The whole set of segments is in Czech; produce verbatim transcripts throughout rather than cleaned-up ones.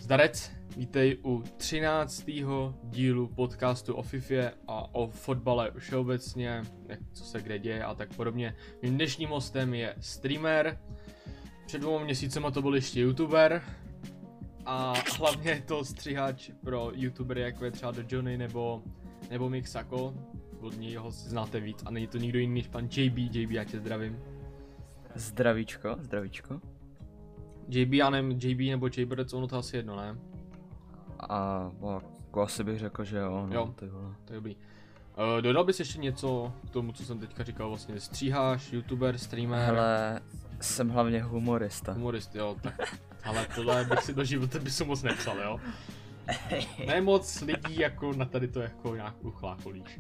Zdarec, vítej u třináctého dílu podcastu o Fifě a o fotbale všeobecně, jak, co se kde děje a tak podobně. Mým dnešním hostem je streamer, před dvěma měsícema to byl ještě youtuber a hlavně je to střihač pro youtubery jako je třeba The Johnny nebo, nebo Mixako. Od něho si znáte víc a není to nikdo jiný než pan J B. J B, já tě zdravím. Zdravíčko, zdravíčko. J B, já nevím, J B nebo J B, ono to asi jedno, ne? A jako asi bych řekl, že jo, no, jo, ty vole. to je dobrý. Uh, dodal bys ještě něco k tomu, co jsem teďka říkal, vlastně stříháš, youtuber, streamer? Hele, jsem hlavně humorista. Humorist, jo, tak, ale tohle bych si do života by moc nepsal, jo? Ne moc lidí jako na tady to jako nějakou chlácholíš.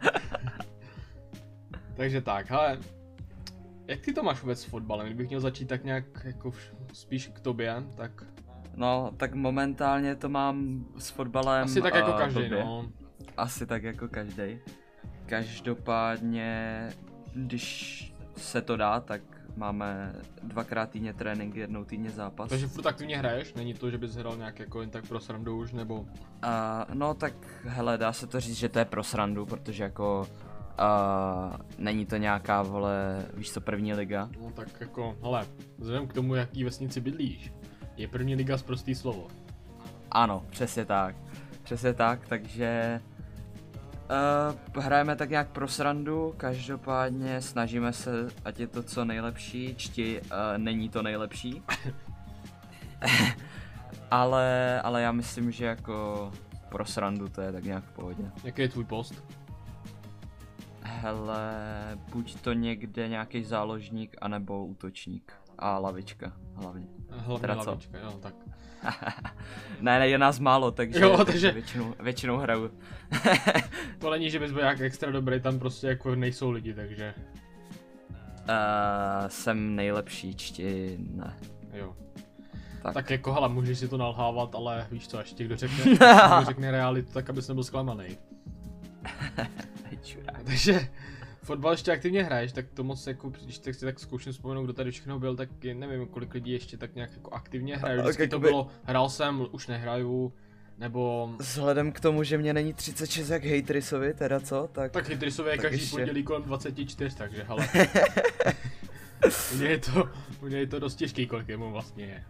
Takže tak, hele, jak ty to máš vůbec s fotbalem? Kdybych měl začít tak nějak jako spíš k tobě, tak... No, tak momentálně to mám s fotbalem. Asi tak jako každý, blbě. no. Asi tak jako každý. Každopádně, když se to dá, tak máme dvakrát týdně tréninky, jednou týdně zápas. Takže furt aktivně hraješ? Není to, že bys hrál nějak jako jen tak pro srandu už, nebo? Uh, no tak hele, dá se to říct, že to je pro srandu, protože jako uh, není to nějaká, vole, víš co, první liga. No tak jako, hele, vzhledem k tomu, jaký vesnici bydlíš, je první liga sprostý slovo. Ano, přesně tak. Přesně tak, takže uh, hrajeme tak nějak pro srandu, každopádně snažíme se, ať je to co nejlepší, čti uh, není to nejlepší. ale, ale já myslím, že jako pro srandu to je tak nějak v pohodě. Jaký je tvůj post? Hele, buď to někde nějaký záložník, anebo útočník. A lavička, hlavně. Hlavně teda lavička, jo, tak. ne, ne, je nás málo, takže, jo, takže... takže většinou, většinou hraju. To není, že bys byl jak extra dobrý, tam prostě jako nejsou lidi, takže... Uh, jsem nejlepší, čti, ne. Jo. Tak. tak jako, hele, můžeš si to nalhávat, ale víš co, až ti kdo řekne, kdo řekne realitu, tak abys nebyl zklamaný. Takže... Fotbal ještě aktivně hraješ, tak to moc jako, když tak si tak zkouším vzpomenout, kdo tady všechno byl, tak nevím, kolik lidí ještě tak nějak jako aktivně hrají. Vždycky to bylo, hrál jsem, už nehraju, nebo... Vzhledem k tomu, že mě není třicet šest jak Hejtrisovi, teda co, tak... Tak Hejtrisovi je tak každý ještě... pondělí kolem dvacet čtyři, takže hele. u něj je to, u něj je to dost těžký, kolik jemu vlastně je.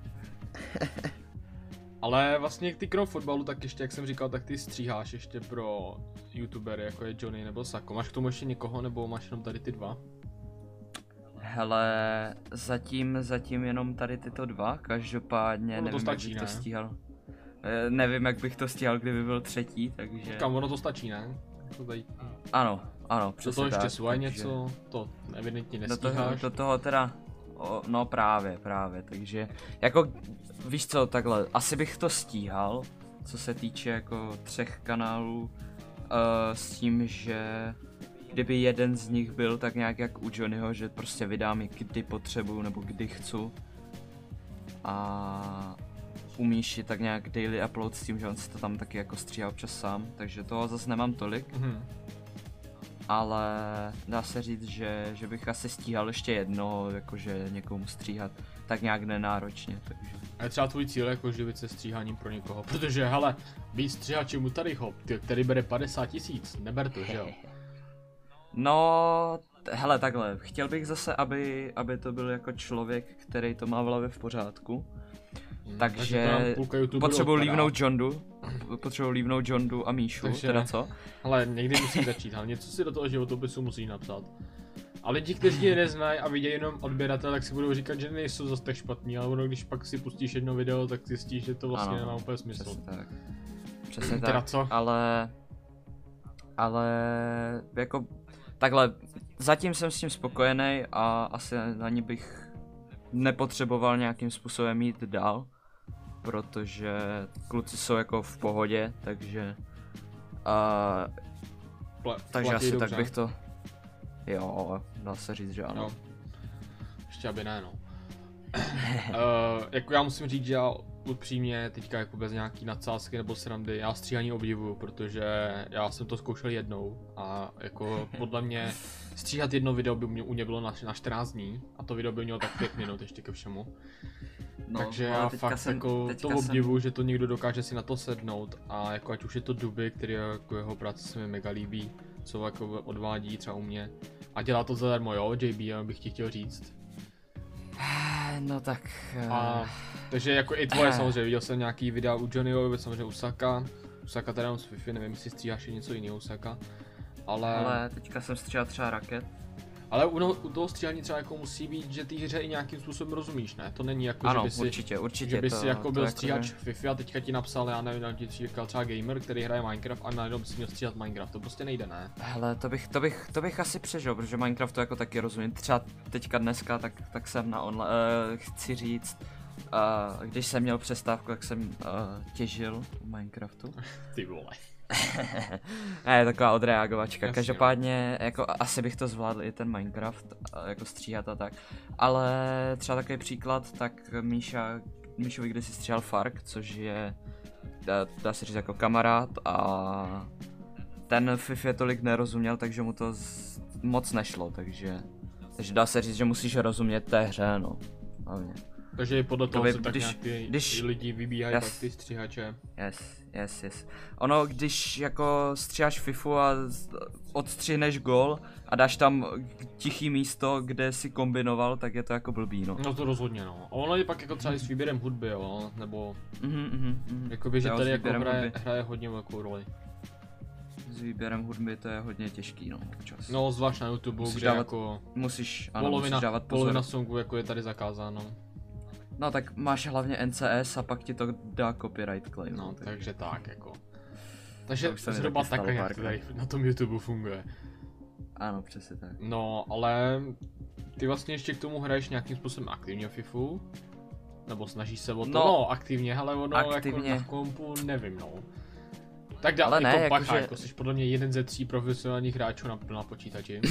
Ale vlastně ty krom fotbalu, tak ještě, jak jsem říkal, tak ty stříháš ještě pro youtubery, jako je Johnny nebo Sako. Máš k tomu ještě někoho, nebo máš jenom tady ty dva? Hele, zatím, zatím jenom tady tyto dva, každopádně ono nevím, to stačí, jak bych ne? to stíhal. E, nevím, jak bych to stíhal, kdyby byl třetí, takže... Kam ono to stačí, ne? To tady... Ano, ano, do přesně toho ještě tak, svoje takže... něco, to evidentně do toho, nestíháš. do toho teda, o, no právě, právě, takže, jako, víš co, takhle, asi bych to stíhal, co se týče jako třech kanálů, uh, s tím, že kdyby jeden z nich byl tak nějak jak u Johnnyho, že prostě vydám je kdy potřebuju nebo kdy chci a umíš je tak nějak daily upload s tím, že on si to tam taky jako stříhá občas sám, takže toho zase nemám tolik. Mm-hmm. Ale dá se říct, že, že bych asi stíhal ještě jedno, jakože někomu stříhat tak nějak nenáročně, takže... A je třeba tvůj cíl jako živit se stříháním pro někoho, protože hele, být stříhačem u tadyho, který bere padesát tisíc, neber to, že jo? No, hele takhle, chtěl bych zase, aby, aby to byl jako člověk, který to má v hlavě v pořádku. Hmm, takže potřebuji lívnout Jondu, potřebuji lívnout Jondu a Míšu, takže, teda co? Ale někdy musí začít, ale něco si do toho životopisu musí napsat. A lidi, kteří je neznají a vidějí jenom odběratel, tak si budou říkat, že nejsou zase tak špatný, ale ono, když pak si pustíš jedno video, tak zjistíš, že to vlastně ano, nemá úplně smysl. Přesně tak, přesně teda tak, co? ale, ale jako takhle, zatím jsem s tím spokojený a asi ani bych nepotřeboval nějakým způsobem jít dál, protože kluci jsou jako v pohodě, takže uh, Ple, takže asi dobře. tak bych to, jo, dá se říct, že ano. Jo. Ještě aby ne, no. uh, jako já musím říct, že já upřímně teďka jako bez nějaký nadsázky nebo srandy, já stříhání obdivuju, protože já jsem to zkoušel jednou a jako podle mě stříhat jedno video by mě, u mě bylo na, na čtrnáct dní a to video by mělo tak pět minut ještě ke všemu. No, takže ale já teďka fakt jsem, jako teďka to jsem- obdivuju, že to někdo dokáže si na to sednout a jako ať už je to Duby, který jako jeho práce se mi mega líbí, co jako odvádí třeba u mě. A dělá to zadarmo, jo, J B, já bych ti chtěl říct. No tak... eh, A, takže jako i tvoje samozřejmě, viděl jsem nějaký videa u Johnnyho, samozřejmě u Saka. U Saka teda jenom z Fifi, nevím, jestli stříháš i něco jiného u Saka. Ale, Ale teďka jsem stříhal třeba raket. ale u, no, u toho stříhání třeba jako musí být, že ty hře i nějakým způsobem rozumíš, ne? To není jako, Ano, že by si, určitě, určitě. že by to, si jako to byl jako, stříhač že- Fifi a teďka ti napsal, já nevím, ti říkal třeba gamer, který hraje Minecraft a najednou by si měl stříhat Minecraft, to prostě nejde, ne? Hele, to bych, to bych, to bych asi přežil, protože Minecraft to jako taky rozumím. Třeba teďka dneska, tak, tak jsem na online, uh, chci říct, uh, když jsem měl přestávku, tak jsem uh, těžil v Minecraftu. Ty vole. Ne, taková odreagovačka. Jasně, Každopádně, jako asi bych to zvládl i ten Minecraft, a jako stříhat a tak. Ale třeba takový příklad, tak Míša, Míšovi kdysi stříhal Fark, což je, dá, dá se říct jako kamarád a ten FIFA tolik nerozuměl, takže mu to z, moc nešlo, takže, takže dá se říct, že musíš rozumět té hře, no, hlavně. Takže i podle toho by- se tak když- nějak ty, když- ty lidi vybíhají Jas- pak ty stříhače. Yes, yes, yes. Ono, když jako stříháš FIFU a z- odstřihneš gól a dáš tam tichý místo, kde si kombinoval, tak je to jako blbý, no. No to rozhodně, no. A ono je pak jako třeba i s výběrem hudby, jo, nebo Mhm, mhm, mhm. jakoby, že Jo, s tady jako výběrem hraje, hudby. hraje hodně velkou roli. S výběrem hudby to je hodně těžký, no, občas. No, zvlášť na YouTube, Musíš kde dávat jako Musíš, ano, polovina, musíš dávat pozor. polovina songů jako je tady zakázáno. No tak máš hlavně N C S a pak ti to dá copyright claim. No, tak- takže tak jako. Takže To už se mi zhruba taky stalo takhle nějak to párkrát. tady na tom YouTube funguje. Ano, přesně tak. No, ale ty vlastně ještě k tomu hraješ nějakým způsobem aktivně FIFU? Nebo snažíš se o to? No, No, no aktivně, ale ono aktivně. jako na kompu nevím, no. Tak dá, Ale ne, jako jako bacha, že- jako jsi podle mě jeden ze tří profesionálních hráčů na, na počítači.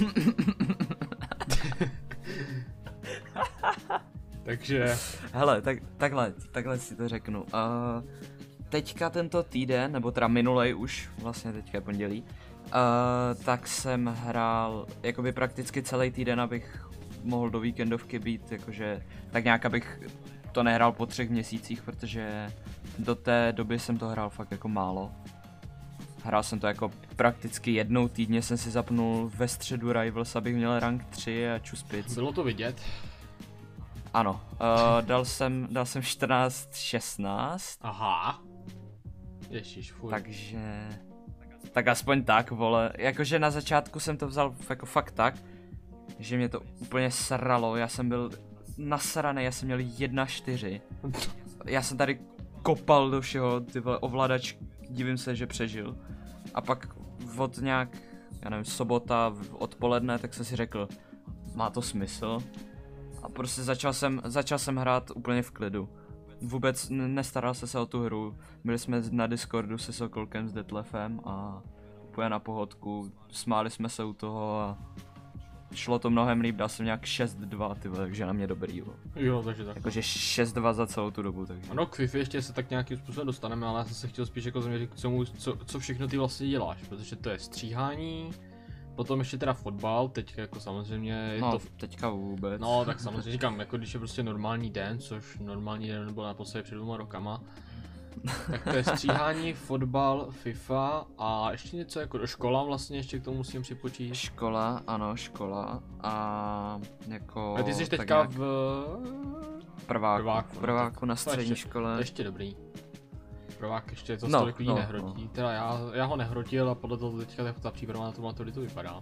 Takže, Hele, tak, takhle, takhle si to řeknu. Uh, teďka tento týden, nebo teda minulej už, vlastně teďka je pondělí, uh, tak jsem hrál jakoby prakticky celý týden, abych mohl do víkendovky být, jakože tak nějak abych to nehrál po třech měsících, protože do té doby jsem to hrál fakt jako málo. Hrál jsem to jako prakticky jednou týdně, jsem si zapnul ve středu Rivals, abych měl rank tři a čuspic. bylo to vidět. Ano, uh, dal jsem, dal jsem čtrnáct šestnáct, Aha. Ježíš, fuj. takže, tak aspoň tak, vole, jakože na začátku jsem to vzal jako fakt tak, že mě to úplně sralo, já jsem byl nasraný, já jsem měl jedna čtyři, já jsem tady kopal do všeho, ty vole, ovladač, divím se, že přežil, a pak od nějak, já nevím, sobota odpoledne, tak jsem si řekl, má to smysl. A prostě začal jsem, začal jsem hrát úplně v klidu. Vůbec n- nestaral se se o tu hru. Byli jsme na Discordu se Sokolkem, s Detlefem a úplně na pohodku. Smáli jsme se u toho a šlo to mnohem líp. Dal jsem nějak šest dva, ty vole, takže na mě dobrý, jo. Jo, takže tak. Jakože šest dva za celou tu dobu, takže. Ano, k FIFA ještě se tak nějakým způsobem dostaneme, ale já jsem se chtěl spíš jako zaměřit k tomu, co, co všechno ty vlastně děláš, protože to je stříhání, potom ještě teda fotbal, teď jako samozřejmě je No, to... teďka vůbec. No, tak samozřejmě říkám, jako když je prostě normální den, což normální den byl naposledy před dvěma rokama, tak to je stříhání, fotbal, FIFA a ještě něco jako do škola vlastně ještě k tomu musím připočíst. Škola, ano, škola a jako... A ty jsi tak teďka nějak v prváku, prváku, no, prváku tak na to střední ještě- škole. to je ještě dobrý. Prvák ještě to No, tolik lidí no, nehrotí, teda já, já ho nehrotil a podle toho teďka ta příprava na tu maturitu vypadá.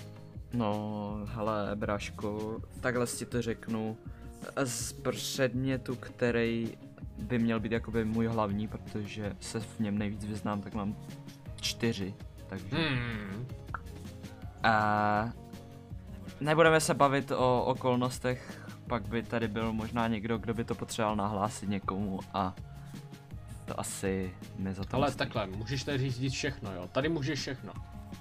No, hele, bráško, takhle si to řeknu. Z předmětu, který by měl být jakoby můj hlavní, protože se v něm nejvíc vyznám, tak mám čtyři, takže... Hmm. A nebudeme se bavit o okolnostech, pak by tady byl možná někdo, kdo by to potřeboval nahlásit někomu a to asi mi za to Ale nestojí. takhle, můžeš tady říct všechno, jo, tady můžeš všechno.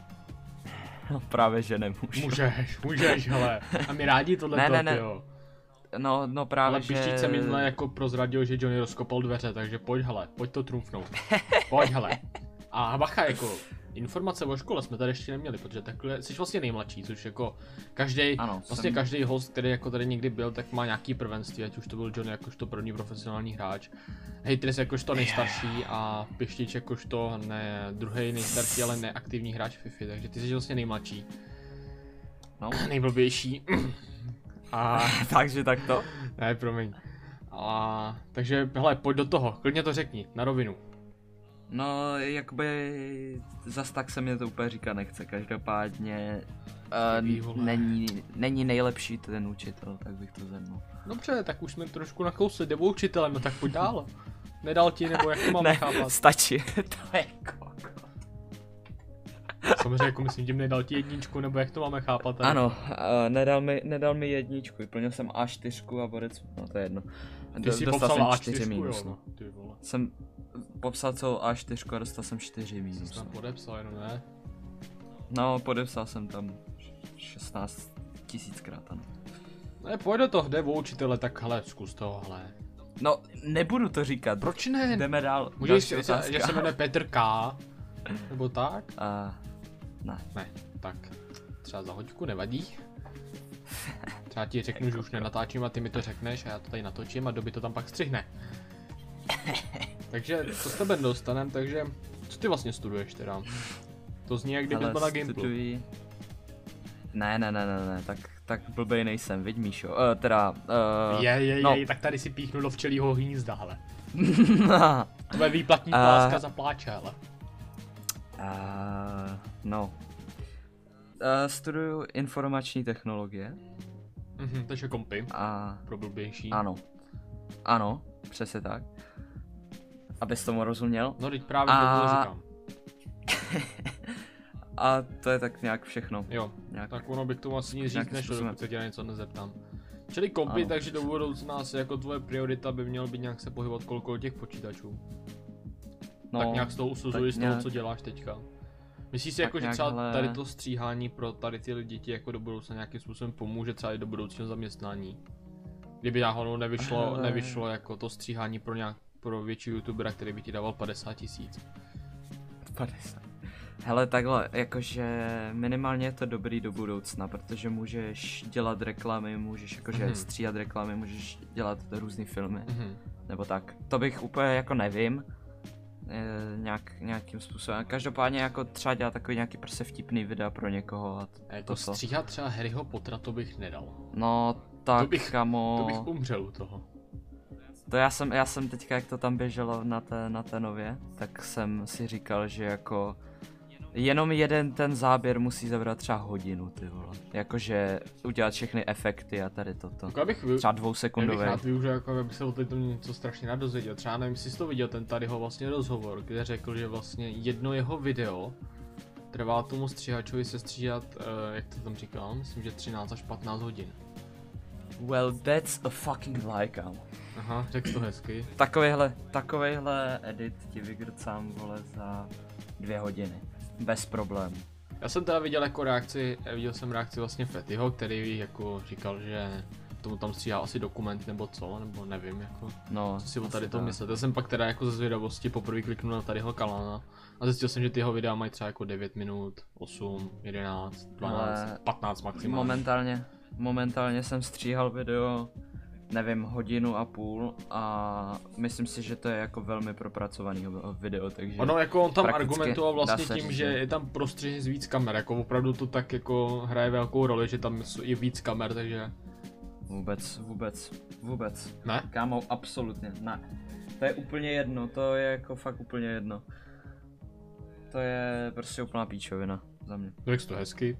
No, právě že nemůžu. Můžeš, můžeš, hele. A my rádi tohle Ne, to, ne, ne. jo. No, no právě, Ale že... Pištík se minule jako prozradil, že Johnny rozkopal dveře, takže pojď hele, pojď to trumfnout. Pojď hele. A bacha jako, informace o škole jsme tady ještě neměli, protože takhle jsi vlastně nejmladší, což jako každý, vlastně jsem... každý host, který jako tady někdy byl, tak má nějaký prvenství, ať už to byl Johnny jakožto první profesionální hráč, Haters jakožto nejstarší a Pištič jakožto ne druhý nejstarší, ale neaktivní hráč FIFA, takže ty jsi vlastně nejmladší. No. Nejblbější. A... takže tak to? Ne, promiň. A... takže hele, pojď do toho, klidně to řekni, na rovinu. No, jakoby zas tak se mě to úplně říkat nechce, každopádně uh, není, není nejlepší ten učitel, tak bych to zhrnul. Dobře, tak už jsme trošku nakousli, jde o učitele, no tak pojď dál. Nedal ti, nebo jak to máme ne, chápat? stačí, to je koko. Samozřejmě jako myslím tím nedal ti jedničku, nebo jak to máme chápat? Tady? Ano, uh, nedal, mi, nedal mi jedničku, vyplnil jsem á čtyři a borec, no to je jedno. Ty jsi dostal popsal jsem á čtyři, minus, jo, no. Ty vole. Jsem popsal celou á čtyři a dostal jsem čtyři minus. Jsi tam podepsal jenom, ne? No, podepsal jsem tam šestnáct tisíckrát, ano. Ne, pojď do toho, jde o učitele, tak hele, zkus to, hele. No, nebudu to říkat. Proč ne? Jdeme dál. Můžeš říct, že se jmenuje Petr K. Nebo tak? Uh, ne. Ne, tak třeba za hoďku nevadí. Třeba ti řeknu, že už nenatáčím a ty mi to řekneš a já to tady natočím a Doby to tam pak střihne. Takže to s tebe dostanem, takže co ty vlastně studuješ teda? To zní jak kdyby byl na Gimplu. Studuji... Ne, ne, ne, ne, ne, tak, tak blbej nejsem, vidíš Míšo, uh, teda... Uh, je, je, no. je, tak tady si píchnu do včelího hnízda, hele. To je výplatní pláska uh, za pláče, hele. Uh, no. Uh, studuju informační technologie. Mhm, takže kompy. A... Pro blbější. Ano. Ano, přesně tak. Abys tomu rozuměl. No, teď právě a... to říkám. A to je tak nějak všechno. Jo, nějak, tak ono by k tomu asi nic říct nešlo, dokud se tě na něco nezeptám. Čili kompy, ano. Takže do budoucna asi jako tvoje priorita by mělo být nějak se pohybovat kolko těch počítačů. No, tak nějak z toho usuzuji z toho, nějak... co děláš teďka. Myslíš si jako, že třeba hele... tady to stříhání pro tady ty děti jako do budoucna nějakým způsobem pomůže třeba i do budoucího zaměstnání? Kdyby náhodou nevyšlo, hele... nevyšlo jako to stříhání pro nějak pro větší youtubera, který by ti dával padesát tisíc. padesát. Hele, takhle, jakože minimálně je to dobrý do budoucna, protože můžeš dělat reklamy, můžeš jakože mm-hmm. stříhat reklamy, můžeš dělat různý filmy, mm-hmm. nebo tak. To bych úplně jako nevím, e, nějak, nějakým způsobem. Každopádně jako třeba dělat takový nějaký prostě vtipný videa pro někoho a to, a jako to stříhat třeba Harryho Pottera to bych nedal. No, tak to bych, kamo... To bych umřel u toho. To já jsem, já jsem teďka, jak to tam běželo na té, na té nově, tak jsem si říkal, že jako jenom jeden ten záběr musí zabrat třeba hodinu, ty vole. Jakože udělat všechny efekty a tady toto. Jako abych vy... Třeba dvousekundové. Já bych rád využil, jako abych se o tom něco strašně rád dozvěděl. Třeba nevím, jestli jsi to viděl, ten tadyho vlastně rozhovor, kde řekl, že vlastně jedno jeho video trvá tomu stříhačovi se stříhat, uh, jak to tam říkal, myslím, že třináct až patnáct hodin. Well, that's a fucking lie, kámo. Aha, řekl to hezky. Takovejhle, takovejhle edit ti vygrcám, vole, za dvě hodiny. Bez problémů. Já jsem teda viděl jako reakci, viděl jsem reakci vlastně Fetyho, který jako říkal, že tomu tam stříhá asi dokument nebo co, nebo nevím jako, no, co si o tady to myslet. Já jsem pak teda jako ze zvědavosti poprvé kliknul na tadyho kanál a zjistil jsem, že ty jeho videa mají třeba jako devět minut, osm, jedenáct, dvanáct, ale patnáct maximálně. Momentálně, momentálně jsem stříhal video, nevím, hodinu a půl a myslím si, že to je jako velmi propracovaný video, takže... Ono jako on tam argumentoval vlastně tím, říct, že je tam prostřih z víc kamer, jako opravdu to tak jako hraje velkou roli, že tam je víc kamer, takže... Vůbec, vůbec, vůbec. Ne? Kámo, absolutně, ne. To je úplně jedno, to je jako fakt úplně jedno. To je prostě úplná píčovina za mě. Řekl jsi to hezky.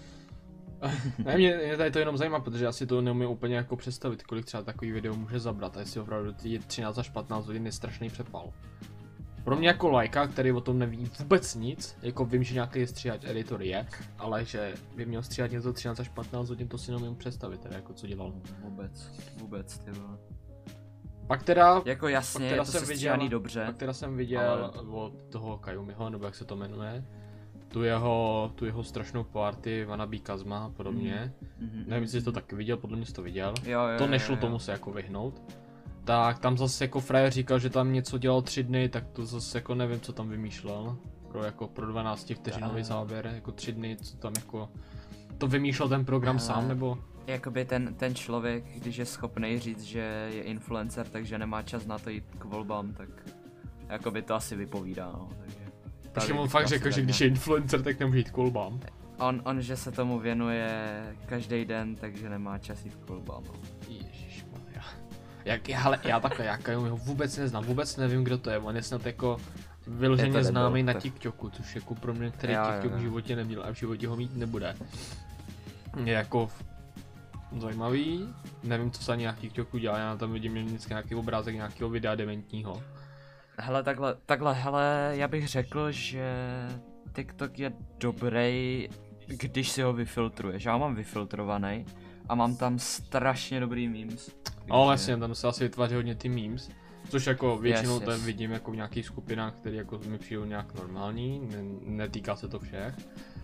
Ne, mě, mě tady to jenom zajímá, protože já si to neumím úplně jako představit, kolik třeba takový video může zabrat a jestli opravdu ty třináct až patnáct hodin je strašný přepal. Pro mě jako lajka, který o tom neví vůbec nic, jako vím, že nějaký stříhač editor je, ale že by měl stříhat něco třináct až patnáct hodin, to si neumím představit, teda jako co dělal. Vůbec, vůbec, ty vole. Pak teda, jako jasně, pak teda je to jsem viděl, dobře. Pak teda jsem viděl ale... od toho Kajumiho, nebo jak se to jmenuje, tu jeho, tu jeho strašnou party Wannabe Kazma a podobně. Mm-hmm. Nevím, jestli jsi to taky viděl, podle mě jsi to viděl. Jo, jo, to nešlo jo, jo. tomu se jako vyhnout. Tak tam zase jako frajer říkal, že tam něco dělal tři dny, tak to zase jako nevím, co tam vymýšlel. pro jako pro dvanáct vteřinový záběr, jako tři dny, co tam jako to vymýšlel ten program Hele. sám, nebo? Jakoby ten, ten člověk, když je schopný říct, že je influencer, takže nemá čas na to jít k volbám, tak jakoby to asi vypovídá, no, takže... Takže on fakt řekl, že když je influencer, tak nemůže jít k volbám. On, on, že se tomu věnuje každý den, takže nemá čas jít k volbám, no. Ježišmarja. Jak, hele, já takhle, já Kajomi ho vůbec neznám, vůbec nevím, kdo to je, on je snad jako vyloženě známý na TikToku, což jako pro mě, který jo, TikTok jo, v životě neměl a v životě ho mít nebude. Je jako zajímavý, nevím, co se ani na TikToku dělá, já tam vidím vždycky nějaký obrázek nějakého videa dementního. Hele, takhle, takhle, hele, já bych řekl, že TikTok je dobrý, když si ho vyfiltruješ. Já ho mám vyfiltrovaný a mám tam strašně dobrý memes. Ale vlastně, tam se asi vytváří hodně ty memes, což jako většinou yes, yes. to vidím jako v nějakých skupinách, které jako mi přijdou nějak normální, ne, netýká se to všech.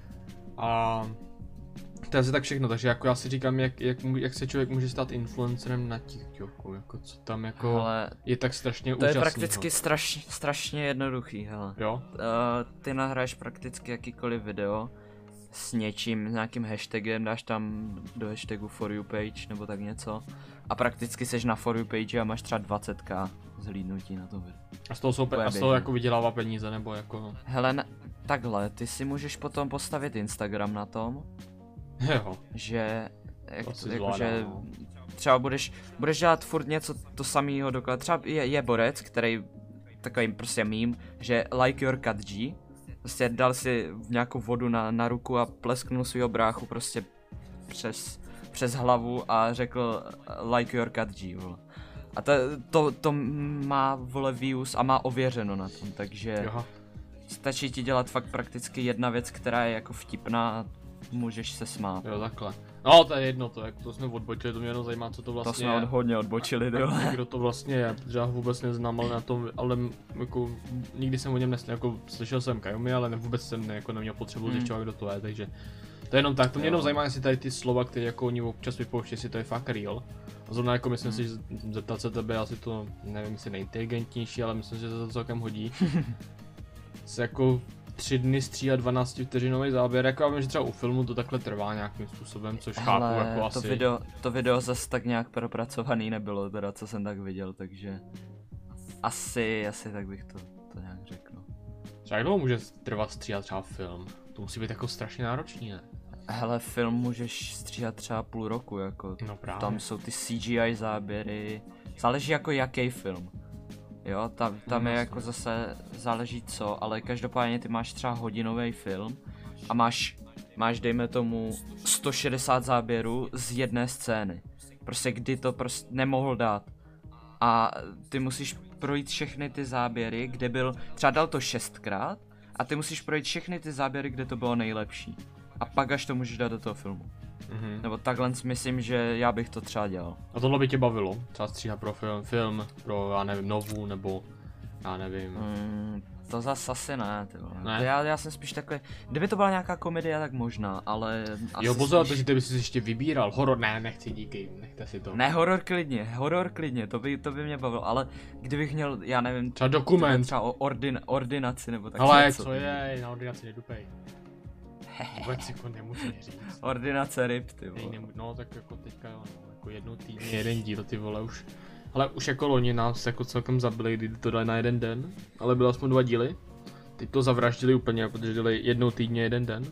A to je asi tak všechno, takže jako já si říkám, jak, jak, jak se člověk může stát influencerem na TikToku, jako co tam jako hele, je tak strašně úžasný. To úžasnýho. je prakticky straš, strašně jednoduchý, hele. Jo? Uh, ty nahraješ prakticky jakýkoliv video s něčím, s nějakým hashtagem, dáš tam do hashtagu for you page nebo tak něco a prakticky seš na for you page a máš třeba dvacet tisíc zhlídnutí na to video. A z toho, jsou pe- a z toho jako vydělává peníze nebo jako... Hele, na, takhle, ty si můžeš potom postavit Instagram na tom. Jo. Že, jak, to jako, že třeba budeš, budeš dělat furt něco to samého dokola. Třeba je, je borec, který takový prostě meme, že like your cat G, prostě dal si nějakou vodu na, na ruku a plesknul svýho bráchu prostě přes, přes hlavu a řekl like your cat G, vole. A to, to, to má, vole, views a má ověřeno na tom, takže Aha. stačí ti dělat fakt prakticky jedna věc, která je jako vtipná a můžeš se smát. Jo, takhle. No, to je jedno, to, jak to jsme odbočili, to mě jenom zajímá, co to vlastně je. To jsme od, hodně odbočili, jo. Kdo to vlastně je, protože já ho vůbec neznám, ale na tom, ale jako nikdy jsem o něm neslyšel, jako slyšel jsem Kajomi, ale ne, vůbec jsem ne, jako neměl potřebu hmm. zjišťovat, kdo to je, takže to je jenom tak, to mě jo. jenom zajímá, jestli tady ty slova, které jako oni občas vypouští, jestli to je fakt real. A zrovna jako myslím hmm. si, že zeptat se tebe, asi to, nevím, jestli nejinteligentnější, ale myslím, že se to celkem hodí. Se jako tři dny stříhat dvanáct vteřinový záběr, jako já vím, že třeba u filmu to takhle trvá nějakým způsobem, což hele, chápu jako to asi. Video, to video zase tak nějak propracovaný nebylo, teda co jsem tak viděl, takže asi, asi tak bych to, to nějak řekl. Třeba jak dlouho může trvat stříhat třeba film? To musí být jako strašně náročný, ne? Hele, film můžeš stříhat třeba půl roku, jako no právě. Tam jsou ty C G I záběry, záleží jako jaký film. Jo, tam, tam je jako zase záleží co, ale každopádně ty máš třeba hodinový film a máš, máš dejme tomu sto šedesát záběrů z jedné scény. Prostě kdy to prostě nemohl dát. A ty musíš projít všechny ty záběry, kde byl, třeba dal to šestkrát a ty musíš projít všechny ty záběry, kde to bylo nejlepší. A pak až to můžeš dát do toho filmu. Mm-hmm. Nebo takhle si myslím, že já bych to třeba dělal. A tohle by tě bavilo? Třeba stříhat pro film, film pro, já nevím, novu, nebo já nevím. Mm, to zas asi ne, ty vole. Ne? Já, já jsem spíš takový, kdyby to byla nějaká komedie, tak možná, ale asi jo, pozor, spíš... takže ty bys si ještě vybíral. Horor, ne, nechci, díky, nechte si to. Ne, horor klidně, horor klidně, to by, to by mě bavilo, ale kdybych měl, já nevím... Třeba dokument. Třeba o ordin, ordinaci, nebo tak ale něco. co je, na ordinaci nedupej. Vůbec jako nemůžu říct. Ordinace ryb, ty vole. Nemů- no tak jako teďka jo, no, jako jednou týdně, jeden díl, ty vole už. Ale už jako loni nás jako celkem zabili, kdy to dali na jeden den, ale bylo aspoň dva díly. Teď to zavraždili úplně, protože dali jednou týdně jeden den.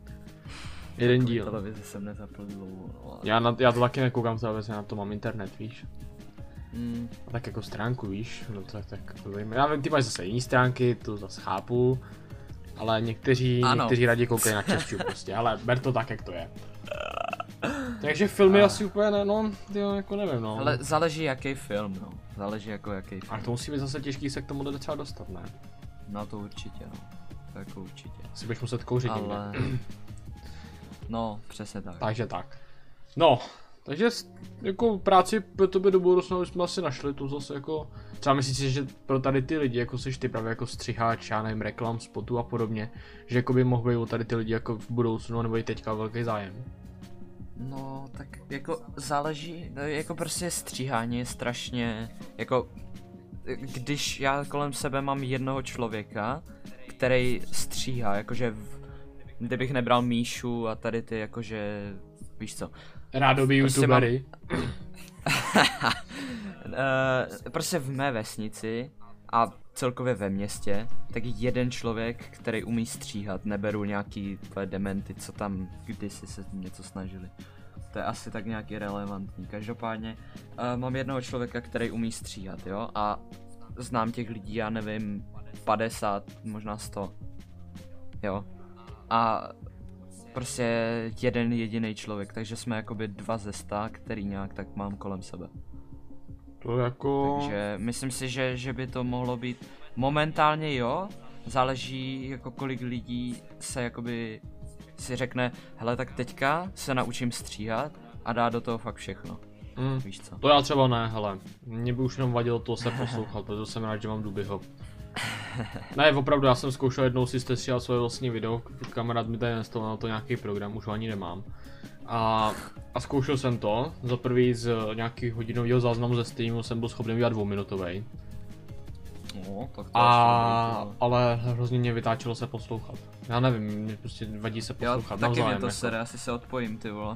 Jeden díl. Televizi jsem nezapl dlouho, no, ale... Já, na, já to taky nekoukám televizi, já na to mám internet, víš. Mm. A tak jako stránku, víš, no to je tak to zajímavé. Já vím, ty máš zase jiný stránky, to zase chápu. Ale někteří, někteří raději koukají na Česču prostě, ale ber to tak, jak to je. Takže filmy a... asi úplně ne, no, tyjo, jako nevím, no. Ale záleží jaký film, no. Záleží jako jaký film. A to musí být zase těžký se k tomu třeba dostat, ne? No to určitě, no. To jako určitě. Si budeš muset kouřit ale... někde. No, přesně tak. Takže tak. No, takže jako práci pro tebe do budoucna jsme asi našli, to zase jako... Třeba myslíš si, že pro tady ty lidi, jako jsi ty právě jako střiháč, já nevím, reklam, spotu a podobně, že jako by mohl být o tady ty lidi jako v budoucnu nebo i teďka velký zájem? No, tak jako záleží, jako prostě stříhání je strašně, jako když já kolem sebe mám jednoho člověka, který stříhá, jakože v, kdybych nebral Míšu a tady ty jakože, víš co. Rádoby Prostě youtubery. mám... uh, prostě v mé vesnici a celkově ve městě, tak jeden člověk, který umí stříhat, neberu nějaký tvoje dementy, co tam kdysi se něco snažili. To je asi tak nějaký relevantní. Každopádně uh, mám jednoho člověka, který umí stříhat, jo, a znám těch lidí, já nevím, padesát, možná sto, jo, a prostě jeden jediný člověk, takže jsme jakoby dva ze sta, který nějak tak mám kolem sebe. To jako... Takže myslím si, že, že by to mohlo být, momentálně jo, záleží jako kolik lidí se jakoby si řekne, hele tak teďka se naučím stříhat a dá do toho fakt všechno. Mm. Víš co? To já třeba ne, hele. Mě by už jenom vadilo to se poslouchat, protože jsem rád, že mám Dubyho. Ne, opravdu, já jsem zkoušel jednou si stříhat svoje vlastní video, kamarád mi tady nastavil na to nějaký program, už ho ani nemám. A, a zkoušel jsem to, za prvý z nějakých hodinového záznamu ze streamu jsem byl schopný udělat dvouminutovej. No, tak to A, ale hrozně mě vytáčelo se poslouchat. Já nevím, mě prostě vadí se jo, poslouchat. taky mě to jako. sere, asi se odpojím, ty vole.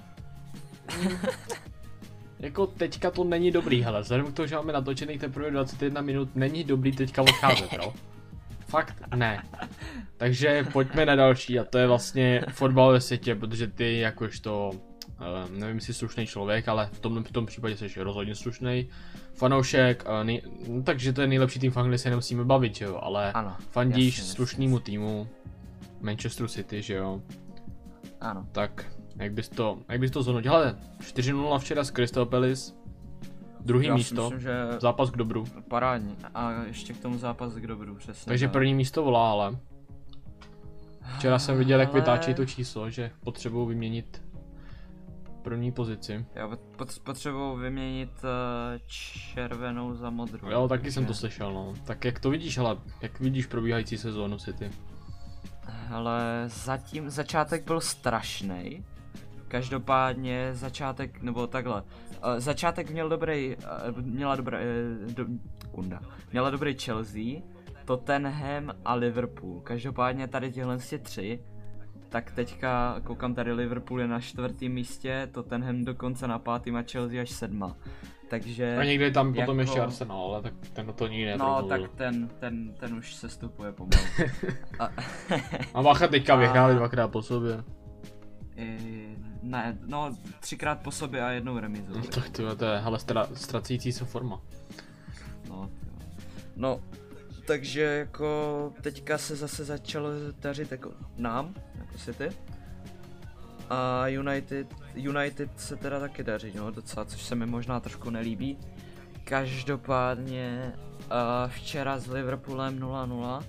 Jako teďka to není dobrý, hele, vzhledem k tomu, že máme natočených teprve dvacet jedna minut, není dobrý teďka odcházet, jo? Fakt ne. Takže pojďme na další a to je vlastně fotbal ve světě, protože ty jakožto, uh, nevím jestli slušný člověk, ale v tom, v tom případě jsi rozhodně slušný fanoušek, uh, nej, no, takže to je nejlepší tým v Anglii, se nemusíme bavit, jo, ale ano, fandíš jasně, slušnému týmu, Manchesteru City, že jo? Ano. Tak, jak bys to, jak bys to zhodnotil? Hele, čtyři nula včera s Crystal Palace, druhý Já místo, myslím, že zápas k dobru. parádní. A ještě k tomu zápas k dobru, přesně. Takže tak. první místo volá, ale včera jsem viděl, jak Ale- vytáčí to číslo, že potřebují vyměnit první pozici. Já pot- potřebuji vyměnit uh, červenou za modrou. Jo, taky takže- jsem to slyšel, no. Tak jak to vidíš, hele, jak vidíš probíhající sezónu City? Ale zatím začátek byl strašný. Každopádně začátek, nebo takhle, uh, začátek měl dobrý, uh, měla dobré, uh, do, kunda, měla dobrý Chelsea, Tottenham a Liverpool. Každopádně tady těhle z těch tři, tak teďka koukám tady Liverpool je na čtvrtém místě, Tottenham dokonce na pátém a Chelsea až sedma. Takže... A někde je tam potom jako- ještě Arsenal, ale tak ten to nikdy No nepromluvil. tak ten, ten, ten už se stupuje pomalu. a, A Bacha teďka A- vyhráli dvakrát po sobě. I, ne, no třikrát po sobě a jednou remízu. No, tak tyhle, to je, hele, stra, ztracící se forma. No, tyjo. No, takže jako teďka se zase začalo dařit jako nám, jako City. A United, United se teda taky daří, no docela, což se mi možná trošku nelíbí. Každopádně uh, včera s Liverpoolem nula nula.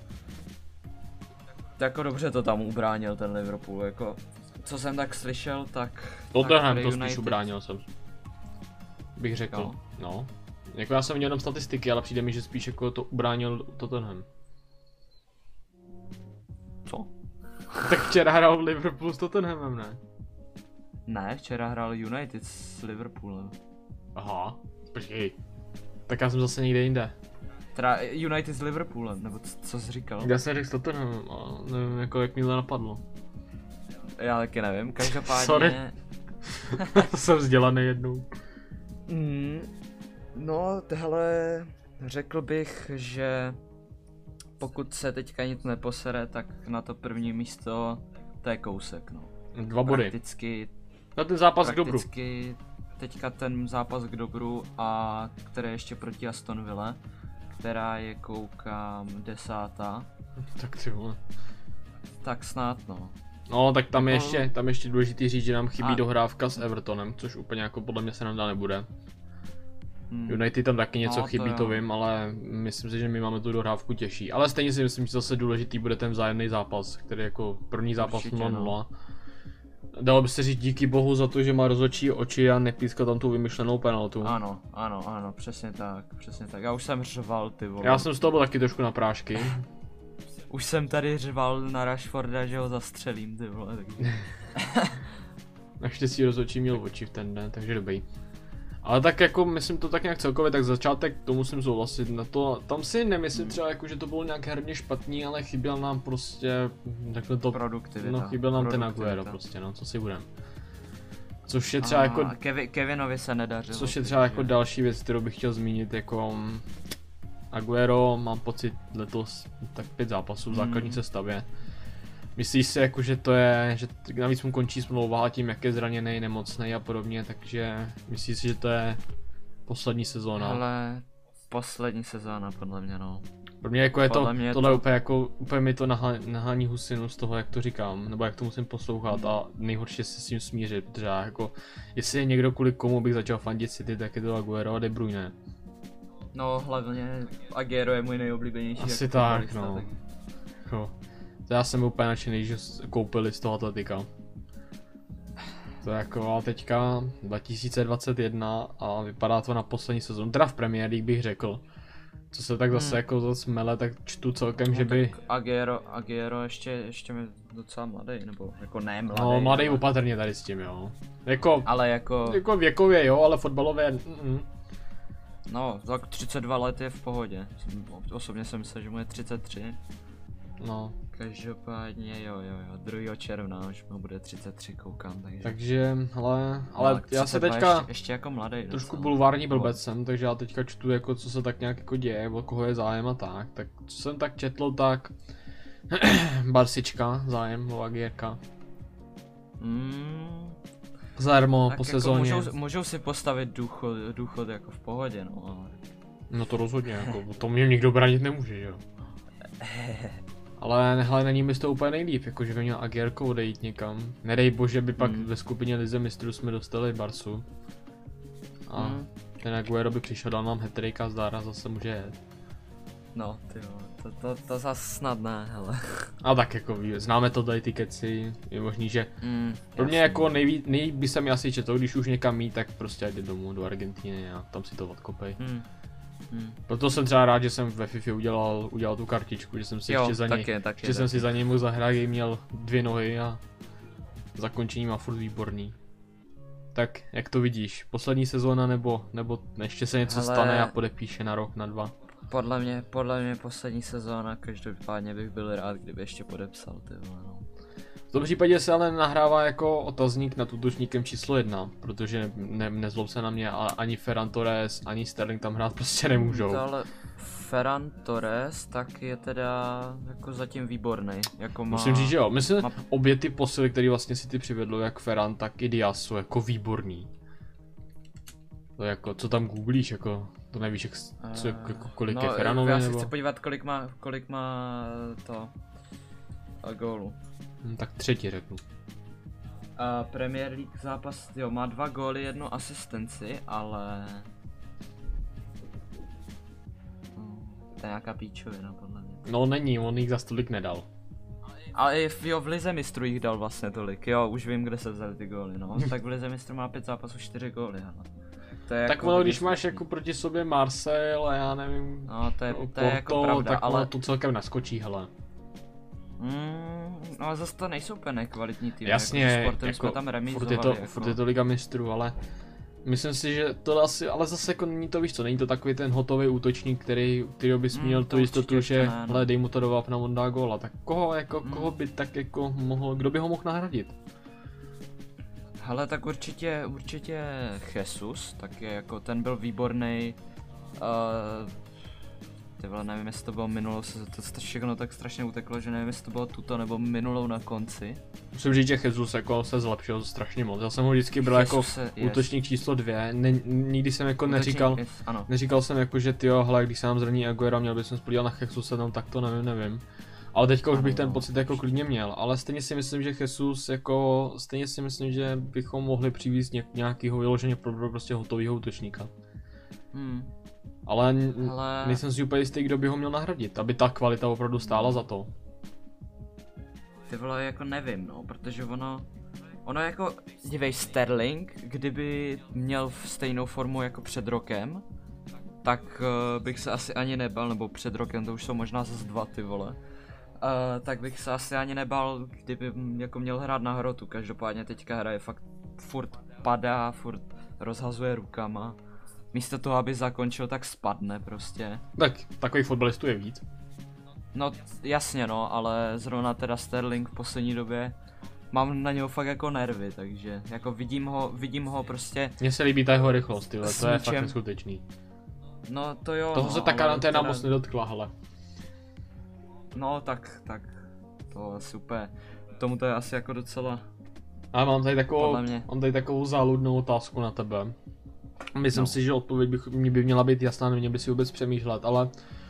Jako dobře to tam ubránil ten Liverpool, jako co jsem tak slyšel, tak... Tottenham tak to tady spíš ubránil jsem. Bych řekl, Jo. no. Jako já jsem měl jenom statistiky, ale přijde mi, že spíš jako to ubránil Tottenham. Co? Tak včera hrál Liverpool s Tottenhamem, ne? Ne, včera hrál United s Liverpoolem. Aha, počkej. Tak já jsem zase někde jinde. Teda United s Liverpoolem, nebo co, co jsi říkal? Já jsem řekl s Tottenhamem, a nevím jako jak mi to napadlo. Já taky nevím, každopádně... Sorry. Jsem vzdělaný jednou. Mm, no, tohle řekl bych, že pokud se teďka nic neposere, tak na to první místo to je kousek, no. Dva body. Prakticky, Na ten zápas k dobru. prakticky teďka ten zápas k dobru a který je ještě proti Aston Ville, která je koukám desátá, Tak ty vole. tak snad no. No, tak tam je Jako- ještě, tam je ještě důležitý říct, že nám chybí A- dohrávka s Evertonem, což úplně jako podle mě se nám dá nebude. Hmm. United tam taky něco No, to chybí, jo. to vím, ale myslím si, že my máme tu dohrávku těžší. Ale stejně si myslím, že zase důležitý bude ten vzájemný zápas, který jako první zápas Určitě, nula nula. Dalo by se říct díky bohu za to, že má rozhodčí oči a nepískal tam tu vymyšlenou penaltu. Ano, ano, ano, přesně tak, přesně tak. Já už jsem řval, ty vole. Já jsem z toho byl taky trošku na prášky. Už jsem tady řval na Rashforda, že ho zastřelím, ty vole, takže... Naštěstí rozhodčí měl oči v ten den, takže dobrý. Ale tak jako myslím to tak nějak celkově, tak začátek to musím souhlasit na to, tam si nemyslím třeba jako, že to bylo nějak herně špatný, ale chyběl nám prostě, takhle to, produktivita. no chyběl nám ten Aguero prostě, no co si budem. Což je třeba a jako, Kevi, Kevinovi se nedařilo. což je třeba jako další věc, kterou bych chtěl zmínit, jako Aguero, mám pocit letos tak pět zápasů v základní Mm. sestavě. Myslíš si jako, že to je, že navíc mu končí smlouva tím, jak je zraněný, nemocný a podobně, takže myslíš si, že to je poslední sezóna? Ale poslední sezóna podle mě, no. Pro mě jako je to, Podle mě tohle to- úplně jako, úplně mi to nahá, nahání husinu z toho, jak to říkám, nebo jak to musím poslouchat a nejhorší se s tím smířit, protože já jako, jestli je někdo, kvůli komu bych začal fandit City, tak je to Aguero a De Bruyne. No hlavně Aguero je můj nejoblíbenější. Asi jako tak, fotbalista, no. tak- Jako, to já jsem úplně nadšený, že s- koupili z toho Atletika. To je jako a teďka dva tisíce dvacet jedna a vypadá to na poslední sezónu, teda v Premier League bych řekl. Co se tak zase Hmm. jako zase mele, tak čtu celkem, No, že by... tak Aguero, Aguero ještě, ještě mi docela mladý, nebo jako ne mladý. No mladý ale, opatrně tady s tím, jo. Jako, ale jako, jako věkově jo, ale fotbalově mm, no tak třicet dva let je v pohodě. Osobně jsem myslel, že mu je třicet tři. no. Každopádně jo jo jo, druhého června už mu bude třicet tři, koukám, takže. Takže, ale, ale No, já se třicet dva teďka ještě, ještě jako mladý. trošku docela. bulvární blbec jsem, takže já teďka čtu jako co se tak nějak jako děje, o koho je zájem a tak. Tak co jsem tak četl, tak Barsička, zájem o Agierka. Mm, Zadarmo tak po jako sezóně. můžou, můžou si postavit důchod, důchod jako v pohodě, no ale. No to rozhodně, jako, to mě nikdo bránit nemůže, že jo. Ale hele, není mi to úplně nejlíp, jakože by měl Agierko odejít někam. Nedej bože, by pak Mm. ve skupině Lize mistrů jsme dostali Barsu. A Mm. ten Aguero by přišel, dal nám hat-trick a zdar a zase může jet. No, ty jo, to, to, to zas snad ne, hele. A tak jako ví, známe to tady ty keci, je možný, že Mm, pro mě jasný. jako nejvíc, nejvíc by se mi asi četl, když už někam mít, tak prostě jde domů do Argentiny a tam si to odkopej. Mm. Mm. Proto jsem třeba rád, že jsem ve FIFA udělal, udělal tu kartičku, že jsem si Jo, ještě za něj, taky, taky, ještě jsem taky. si za něj mohl zahrát, jej měl dvě nohy a zakončení má furt výborný. Tak, jak to vidíš? Poslední sezóna nebo, nebo ještě se něco Hele. stane a podepíše na rok, na dva? Podle mě, podle mě poslední sezóna, každopádně bych byl rád, kdyby ještě podepsal, ty vole, no. V tom případě se ale nahrává jako otazník nad útočníkem číslo jedna, protože ne, nezlob se na mě, ale ani Ferran Torres, ani Sterling tam hrát prostě nemůžou. To ale Ferran Torres tak je teda jako zatím výborný, jako má... Musím říct, že jo. Myslím, má- obě ty posily, které vlastně si ty přivedl, jak Ferran, tak i Diaz, jsou jako výborný. To jako, co tam googlíš, jako, to nevíš, jak, co, Eh, jako, kolik no, je Ferranovi, já se nebo? chci podívat, kolik má, kolik má to... A gólu. Hm, tak třetí řeknu. A Premier League zápas, jo, má dva góly, jednu asistenci, ale... Hmm, to je nějaká píčovina, podle mě. No není, on jich za tolik nedal. Ale i v- jo, v Lize mistrů jich dal vlastně tolik, jo, už vím, kde se vzaly ty góly, no. Tak v Lize mistrů má pět zápasů, čtyři góly, ano. To je Tak jako ono, hodně když máš slušný. jako proti sobě Marseille a já nevím, No, to je, Porto, to je jako pravda, tak ale... ono to celkem naskočí, hele. Mm, no ale zase to nejsou úplně nekvalitní týmy, Jasně, jako s Sportem jako, jsme tam remízovali, furt je, to, jako... furt je to Liga mistrů, ale myslím si, že to asi, ale zase jako není to, víš co, není to takový ten hotový útočník, který, který bys Mm, měl to tu jistotu, určitě že ještě ne, no. hele, dej mu to do vápna, on dá góla, tak koho, jako, Mm. koho by tak jako mohl, kdo by ho mohl nahradit? Hele, tak určitě, určitě Jesus, tak je jako, ten byl výborný. Uh, ty vole, nevím, jestli to bylo minulou, se to st- všechno tak strašně uteklo, že nevím, jestli to bylo tuto nebo minulou na konci. Musím říct, že Jesus jako se zlepšil strašně moc, já jsem ho vždycky byl jako Jesus se- yes. útočník číslo dvě, ne, nikdy jsem jako Útočník, neříkal, yes, ano. neříkal jsem jako, že tyjo, hele, když se nám zraní Aguero, měl bych se spodívat na Jesuse, no tak to nevím, nevím. Ale teďka už Ano, bych ten no. pocit jako klidně měl, ale stejně si myslím, že Jesus jako, stejně si myslím, že bychom mohli přivést ně, nějakýho vyloženě pro prostě hotovýho útočníka. Hmm. Ale n- Hele. nejsem si úplně jistý, kdo by ho měl nahradit, aby ta kvalita opravdu stála za to. Ty vole, jako nevím, no, protože ono, ono jako, dívej, Sterling, kdyby měl v stejnou formu jako před rokem, tak uh, bych se asi ani nebal, nebo před rokem, to už jsou možná zase dva, ty vole. Uh, tak bych se asi ani nebal, kdyby m- jako měl hrát na hrotu, každopádně teďka hraje fakt furt padá, furt rozhazuje rukama. Místo toho, aby zakončil, tak spadne prostě. Tak takových fotbalistů je víc. No jasně no, ale zrovna teda Sterling v poslední době mám na něho fakt jako nervy, takže jako vidím ho, vidím ho prostě. Mně se líbí ta jeho rychlost, tyhle, to je fakt neskutečný. No to jo. Toho no, se ta karanténa teda... moc nedotkla, hele. No tak, tak, to super. Tomu to je asi jako docela. A mám tady takovou, mám tady takovou záludnou otázku na tebe. Myslím no. si, že odpověď by, by měla být jasná, neměl by si vůbec přemýšlet, ale...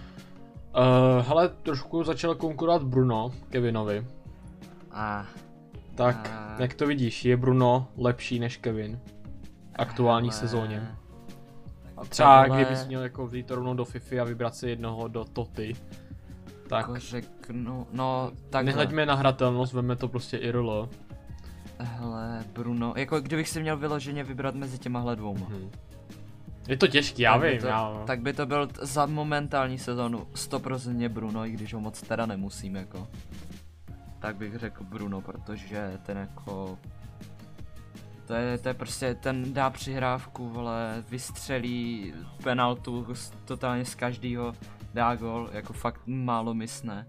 Uh, hele, trošku začal konkurovat Bruno Kevinovi. Ah. Tak, ah. jak to vidíš, je Bruno lepší než Kevin v aktuální hele. sezóně? A třeba hele. kdybys měl jako vzít to rovnou do FIFA a vybrat si jednoho do Toty, tak... Jako řeknu, no tak. Nehleďme na hratelnost, veme to prostě I R L. Hele, Bruno, jako kdybych si měl vyloženě vybrat mezi těmahle dvouma. Hmm. Je to těžký, já tak vím, by to, já... Tak by to byl t- za momentální sezonu sto procent Bruno, i když ho moc teda nemusím jako. Tak bych řekl Bruno, protože ten jako... To je, to je prostě, ten dá přihrávku, vole, vystřelí penaltu totálně z každého, dá gol, jako fakt málo mysne.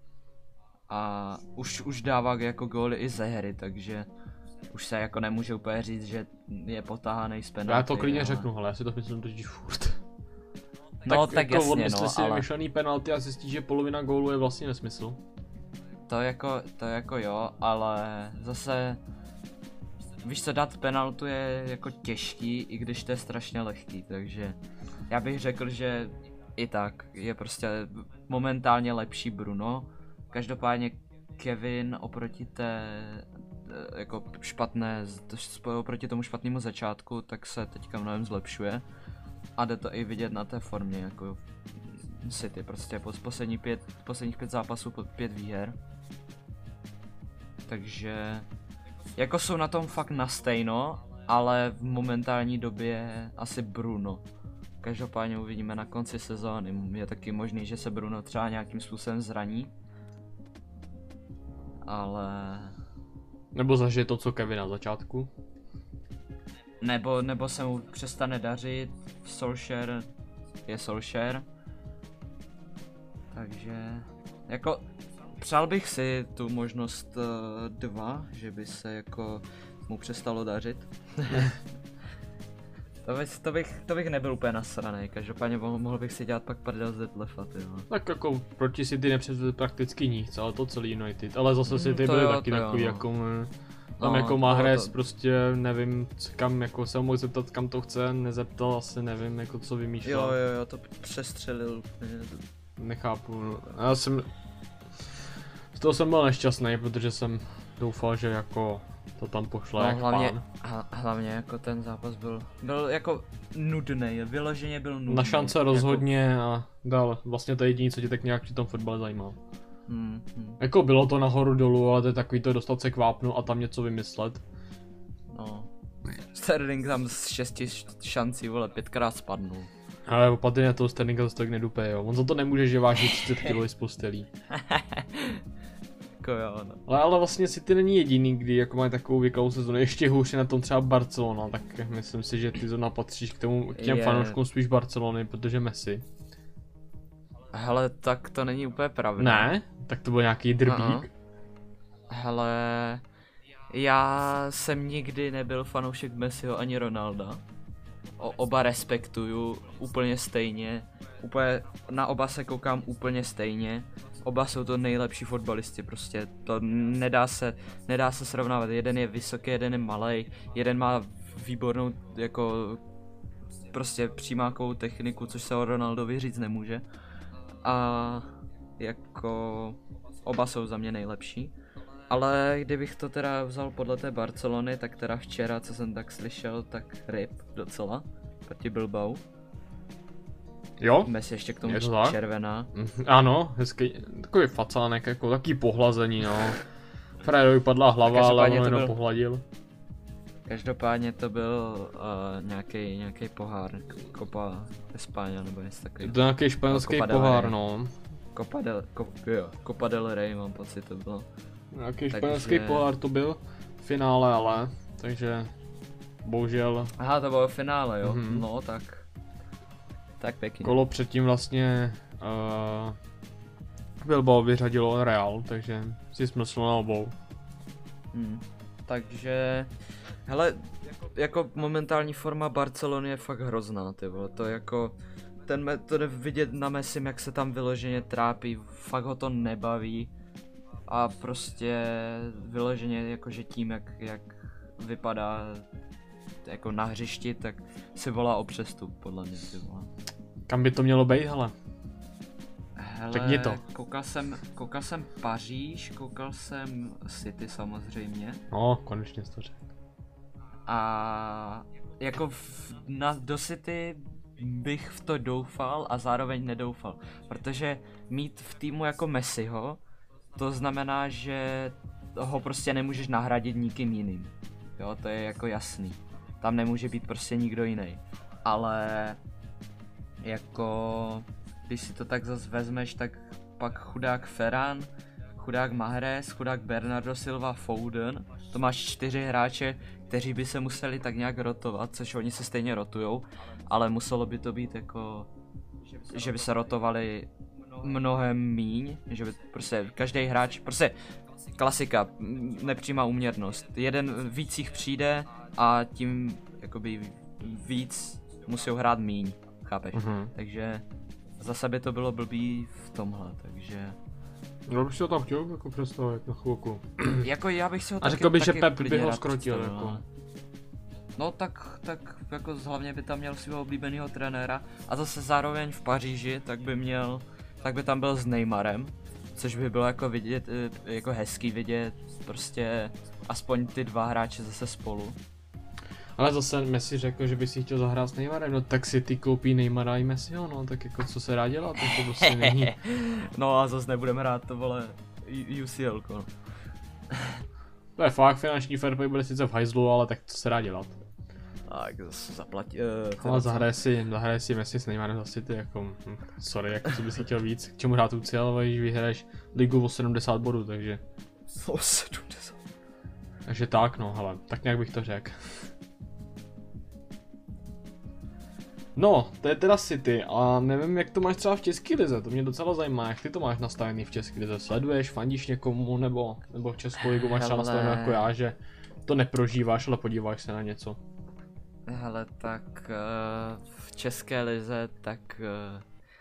A už, už dává jako góly i ze hry, takže už se jako nemůže úplně říct, že je potáhaný z penalty. Já to klidně ale... řeknu, ale já si to myslím totiž furt. No tak, tak jako jasně no, si ale... vymyšlený penalty a zjistí, že polovina gólu je vlastně nesmysl. To jako, to jako jo, ale zase... Víš co, dát penaltu je jako těžký, i když to je strašně lehký, takže... Já bych řekl, že i tak je prostě momentálně lepší Bruno. Každopádně Kevin oproti té jako špatné, oproti tomu špatnému začátku, tak se teďka mnohem zlepšuje. A jde to i vidět na té formě, jako City, prostě po poslední pět, posledních pět zápasů, pět výher. Takže jako jsou na tom fakt na stejno, ale v momentální době asi Bruno. Každopádně uvidíme na konci sezóny, je taky možný, že se Bruno třeba nějakým způsobem zraní. Ale... Nebo zažije to, co Kevin na začátku. Nebo, nebo se mu přestane dařit, Solskjaer je Solskjaer. Takže... Jako... Přál bych si tu možnost uh, dva, že by se jako mu přestalo dařit. To bych, to, bych, to bych nebyl úplně nasranej, každopádně mohl, mohl bych si dělat pak prdel z Detlefa, tyjo. Tak jako proti City nepředvedl prakticky nic, ale to celý United, ale zase City byly jo, taky takový jo, jako... Tam no, jako Mahrez to... prostě nevím kam, jako se mohl zeptat kam to chce, nezeptal asi nevím jako co vymýšlel. Jo jo jo, to přestřelil. Nechápu, já jsem... Z toho jsem byl nešťastný, protože jsem doufal, že jako to tam pošle no, jak hlavně, pán. Ha, hlavně jako ten zápas byl, byl jako nudný, vyloženě byl nudný. Na šance rozhodně jako... a dál, vlastně to je jediné, co tě tak nějak při tom fotbale zajímá. Hmm, hmm. Jako bylo to nahoru dolů, ale to je takový to dostat se k vápnu a tam něco vymyslet. No. Sterling tam z šesti šancí, vole, pětkrát spadnul. Ale opatrně toho Sterlinga zase tak nedupe, jo. On za to nemůže, že váží třicet kilo z postelí. Jako jo, no. Ale, ale vlastně City není jediný, kdy jako mají takovou vyklou sezonu. Ještě hůř je na tom třeba Barcelona, tak myslím si, že ty zóna patříš k tomu, k těm je... fanouškům spíš Barcelony, protože Messi. Hele, tak to není úplně pravda. Ne? Tak to byl nějaký drbík. Uh-huh. Hele, já jsem nikdy nebyl fanoušek Messiho ani Ronalda. O, oba respektuju úplně stejně. Úplně, na oba se koukám úplně stejně. Oba jsou to nejlepší fotbalisti, prostě to nedá se, nedá se srovnávat. Jeden je vysoký, jeden je malej, jeden má výbornou jako prostě přímákovou techniku, což se o Ronaldovi říct nemůže. A jako oba jsou za mě nejlepší. Ale kdybych to teda vzal podle té Barcelony, tak teda včera, co jsem tak slyšel, tak rip docela proti Bilbao. Jo? Messi ještě k tomu to červená. Ano, hezký, takový facánek, jako taký pohlazení, no. Fredovi padla hlava, ale on jenom byl... pohladil. Každopádně to byl uh, nějaký nějaký pohár, Copa España nebo něco takového. To je nějaký španělský no, pohár, no. Copa del, Cop, jo, Copa del Rey mám pocit to bylo. Nějaký španělský pohár to byl v finále, ale, takže... bohužel. Aha, to bylo finále, jo? Mhm. No, tak... Tak pěkně. Kolo předtím vlastně uh, Bilbao vyřadilo Real, takže si smysl na obou. Hmm. Takže... Hele, jako momentální forma Barcelony je fakt hrozná, ty vole, to jako... Ten me, to jde vidět na Messim, jak se tam vyloženě trápí, fakt ho to nebaví. A prostě vyloženě jakože tím, jak, jak vypadá jako na hřišti, tak si volá o přestup, podle mě, ty vole. Kam by to mělo být, hele? Hele, Řekni to. Koukal jsem, koukal jsem Paříž, koukal jsem City samozřejmě. No, konečně jsi to řekl. A jako v, na, do City bych v to doufal a zároveň nedoufal. Protože mít v týmu jako Messiho, to znamená, že ho prostě nemůžeš nahradit nikým jiným. Jo, to je jako jasný. Tam nemůže být prostě nikdo jiný. Ale jako když si to tak zase vezmeš, tak pak chudák Ferran, chudák Mahrez, chudák Bernardo Silva, Foden. To máš čtyři hráče, kteří by se museli tak nějak rotovat, což oni se stejně rotujou, ale muselo by to být jako, že by se rotovali mnohem míň, že by prostě každý hráč, prostě klasika, nepřímá úměrnost. Jeden víc jich přijde a tím jakoby víc musí hrát míň, chápeš? Mhm. Takže zase by to bylo blbý v tomhle, takže... No bych si to tam chtěl jako představit na chvilku. Jako já bych si ho A taky, řekl bych, že taky Pep klidně by ho rád skrotil, představil, jako. ale- No tak, tak jako hlavně by tam měl svého oblíbeného trenéra a zase zároveň v Paříži, tak by měl, tak by tam byl s Neymarem, což by bylo jako vidět, eh, jako hezký vidět prostě aspoň ty dva hráče zase spolu. Ale zase Messi řekl, že by si chtěl zahrát s Neymarem, no tak si ty koupí Neymara i Messiho, no tak jako co se dá dělat, tak to prostě není. No a zase nebudeme hrát to vole U C L ko. To je fakt, finanční fair play bude sice v hajzlu, ale tak co se dá dělat. Tak zase zaplatí. Uh, Ale zahraje si, zahraje si Messi s Neymarem za City, jako, hm, sorry, jako co bys si chtěl víc, k čemu hrát U C L, když vyhraješ ligu o sedmdesát bodů, takže, O sedmdesát. takže tak no, hele, tak nějak bych to řekl. No, to je teda City a nevím, jak to máš třeba v České lize, to mě docela zajímá, jak ty to máš nastavený v České lize, sleduješ, fandíš někomu, nebo, nebo v Českou ligu máš třeba Hele. nastavené jako já, že to neprožíváš, ale podíváš se na něco. Hele, tak uh, v České lize, tak uh,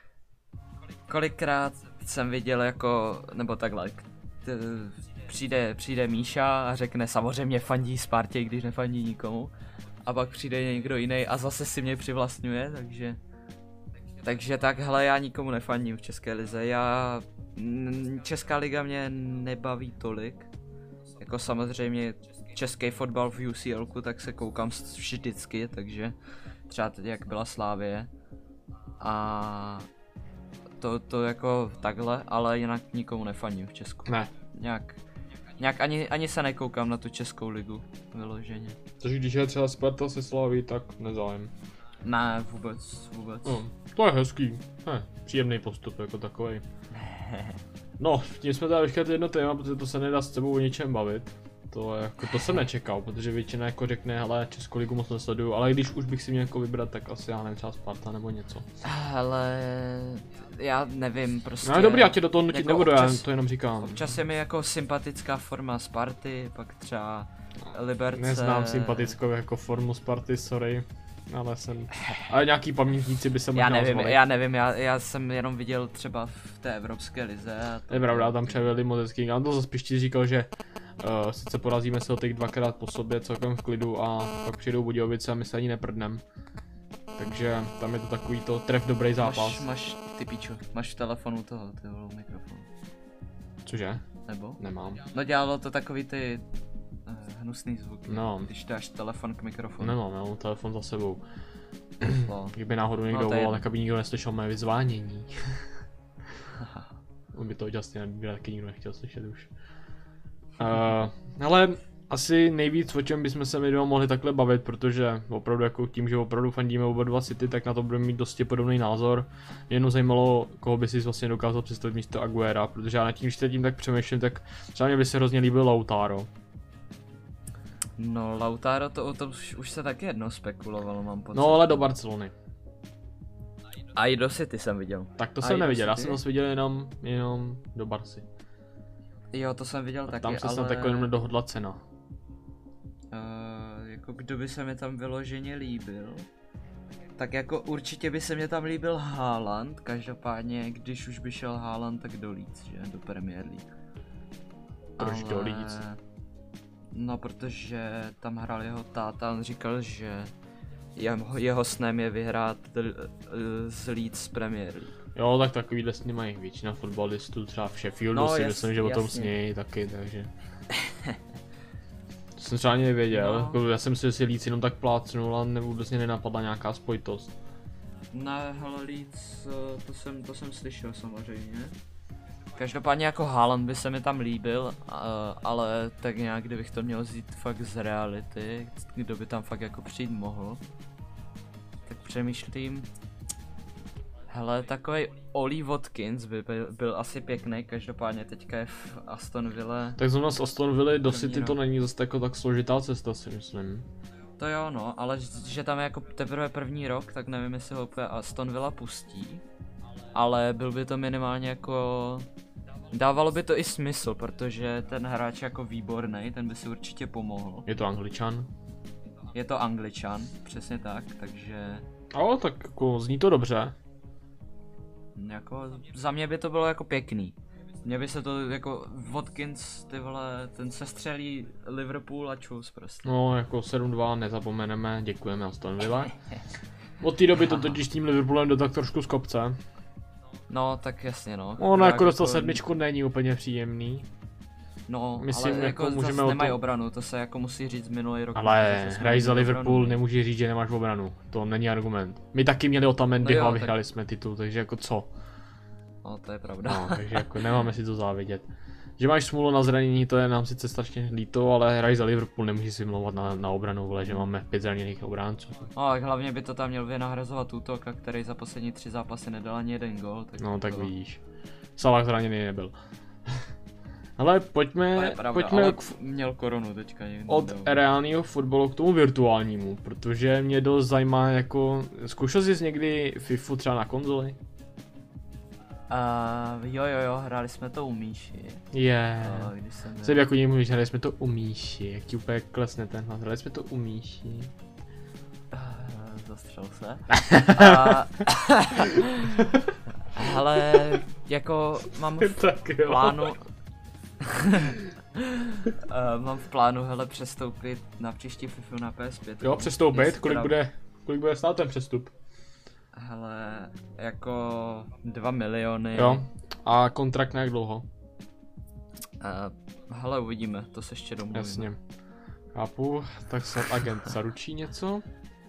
kolikrát jsem viděl jako, nebo takhle, t, přijde, přijde Míša a řekne samozřejmě fandí Spartě, když nefandí nikomu. A pak přijde někdo jiný a zase si mě přivlastňuje, takže... Takže tak, hele, já nikomu nefandím v České lize, já... n- Česká liga mě nebaví tolik. Jako samozřejmě český fotbal v U C L ku, tak se koukám s- vždycky, takže třeba teď jak byla Slávie. A to, to jako takhle, ale jinak nikomu nefandím v Česku. Ne, Nějak, nějak ani, ani se nekoukám na tu českou ligu, vyloženě. takže když je třeba Sparta se slaví, tak nezájem. Ne, vůbec, vůbec. No, to je hezký, ne, příjemný postup jako takový. No, tím jsme tady vyšli jedno téma, protože to se nedá s tebou o ničem bavit. To, je, jako, to jsem nečekal, protože většina jako řekne, hele, Českou ligu moc nesleduju, ale když už bych si měl jako vybrat, tak asi já nevím, třeba Sparta nebo něco. Ale já nevím, prostě... No dobrý, já tě do toho nutit jako nebudu, občas- já to jenom říkám. Občas je mi jako sympatická forma Sparty, pak třeba Liberce... Neznám sympatickou jako formu Sparty, sorry. Ale jsem, ale nějaký pamětníci by se Já možná nevím, ozvali. já nevím, já, já jsem jenom viděl třeba v té Evropské lize a to... Je pravda, tam převedli moc hezký, ale to zase Pišti říkal, že uh, sice porazíme se těch dvakrát po sobě celkem v klidu a pak přijdou Budějovice a my se ani neprdnem. Takže tam je to takový to tref dobrý zápas. Máš, máš, ty píču, máš v telefonu toho, ty vole, mikrofon. Cože? Nebo? Nemám. No dělalo to takový ty uh, hnusný zvuky, No. když dáš telefon k mikrofonu. Nemám, já mám telefon za sebou. No. Kdyby náhodou někdo No, to je volal, jedno. tak aby nikdo neslyšel mé vyzvánění. On by to jasně taky nikdo nechtěl slyšet už. Uh, ale asi nejvíc, o čem bychom se my dva mohli takhle bavit, protože opravdu jako tím, že opravdu fandíme oba dva City, tak na to budeme mít dosti podobný názor. Mě jenom zajímalo, koho by si vlastně dokázal představit místo Aguera, protože já na tím, když se tím tak přemýšlím, tak třeba mě by se hrozně líbil Lautaro. No, Lautaro, to o tom už, už se taky jednou spekulovalo, mám pocit. No ale do Barcelony. A i do City jsem viděl. Tak to A jsem i neviděl, do já City? jsem to viděl jenom, jenom do Barcy. Jo, to jsem viděl A taky, tam se ale... snad jako jenom nedohodla cena. Uh, jako kdo by se mi tam vyloženě líbil? Tak jako určitě by se mě tam líbil Haaland, každopádně když už by šel Haaland, tak do Leeds, že? Do Premier League. Proč do Leeds? No, protože tam hrál jeho táta, on říkal, že jeho, jeho snem je vyhrát z Leeds Premier League. Jo, tak takovýhle sny mají většina fotbalistů, třeba v Sheffieldu No, si jas, myslím, že o tom jasně. snějí taky, takže... To jsem třeba ani nevěděl, No. jako já jsem si, že si Leeds jenom tak plácnul a vůbec mě nenapadla nějaká spojitost. Na hele Leeds, eh, to jsem, to jsem slyšel samozřejmě. Každopádně jako Haaland by se mi tam líbil, a- ale tak nějak kdybych to měl vzít fakt z reality, kdo by tam fakt jako přijít mohl, tak přemýšlím, hele takovej Oli Watkins by byl, byl asi pěkný, každopádně teďka je v Aston Villa. Tak zrovna z Aston Villa do První City to rok. není zase jako tak složitá cesta, si myslím. To jo no, ale že tam je jako teprve první rok, tak nevím jestli ho úplně Aston Villa pustí, ale byl by to minimálně jako... Dávalo by to i smysl, protože ten hráč je jako výborný, ten by si určitě pomohl. Je to Angličan. Je to Angličan, přesně tak, takže Jo, tak jako zní to dobře. jako za mě by to bylo jako pěkný. Mně by se to jako Watkins, ty vole, ten se střelí Liverpool a čus prostě. No, jako sedm dva nezapomeneme, děkujeme Aston Villa. Od té doby to totiž tím Liverpoolem jde tak trošku z kopce. No, tak jasně no. Ono Tak jako dostat sedmičku není úplně příjemný. No, Myslím, ale jako jako můžeme zase o nemají to- obranu, to se jako musí říct minulý rok. Ale že jsme hraj za měli Liverpool, obranu. nemůže říct, že nemáš obranu. To není argument. My taky měli Otamendiho No jo, a tak- vyhráli jsme titul, takže jako co? No, to je pravda. No, takže jako nemáme si to závidět. Že máš smůlu na zranění, to je nám sice strašně líto, ale hraj za Liverpool, nemůžeš si mlouvat na, na obranu, vole, že máme pět zraněných obránců. No, tak hlavně by to tam měl vynahrazovat útoka, který za poslední tři zápasy nedal ani jeden gol. Tak No, tak to... vidíš. Salah zraněný nebyl. Ale To je pojďme, pravda, pojďme ale k, měl korunu teďka někdo. od reálního fotbalu k tomu virtuálnímu, protože mě dost zajímá jako, zkoušel jsi někdy FIFU třeba na konzoli? Uh, jo, jo, jo, hráli jsme to u Míši. Je. Yeah. Uh, když jsem byl... Jsem jako němu, že hráli jsme to u Míši, jak ti úplně klesne ten hlas, hráli jsme to u Míši. Uh, zastřel se. A... Ale jako mám v Tak jo. plánu... uh, mám v plánu, hele, přestoupit na příští FIFA na P S pět. Jo, přestoupit, Jestli kolik teda- bude, kolik bude stát ten přestup? Hele, jako dva miliony. Jo, a kontrakt na jak dlouho? Uh, hele, uvidíme, to se ještě domluvíme. Jasně. Chápu, tak snad agent zaručí něco?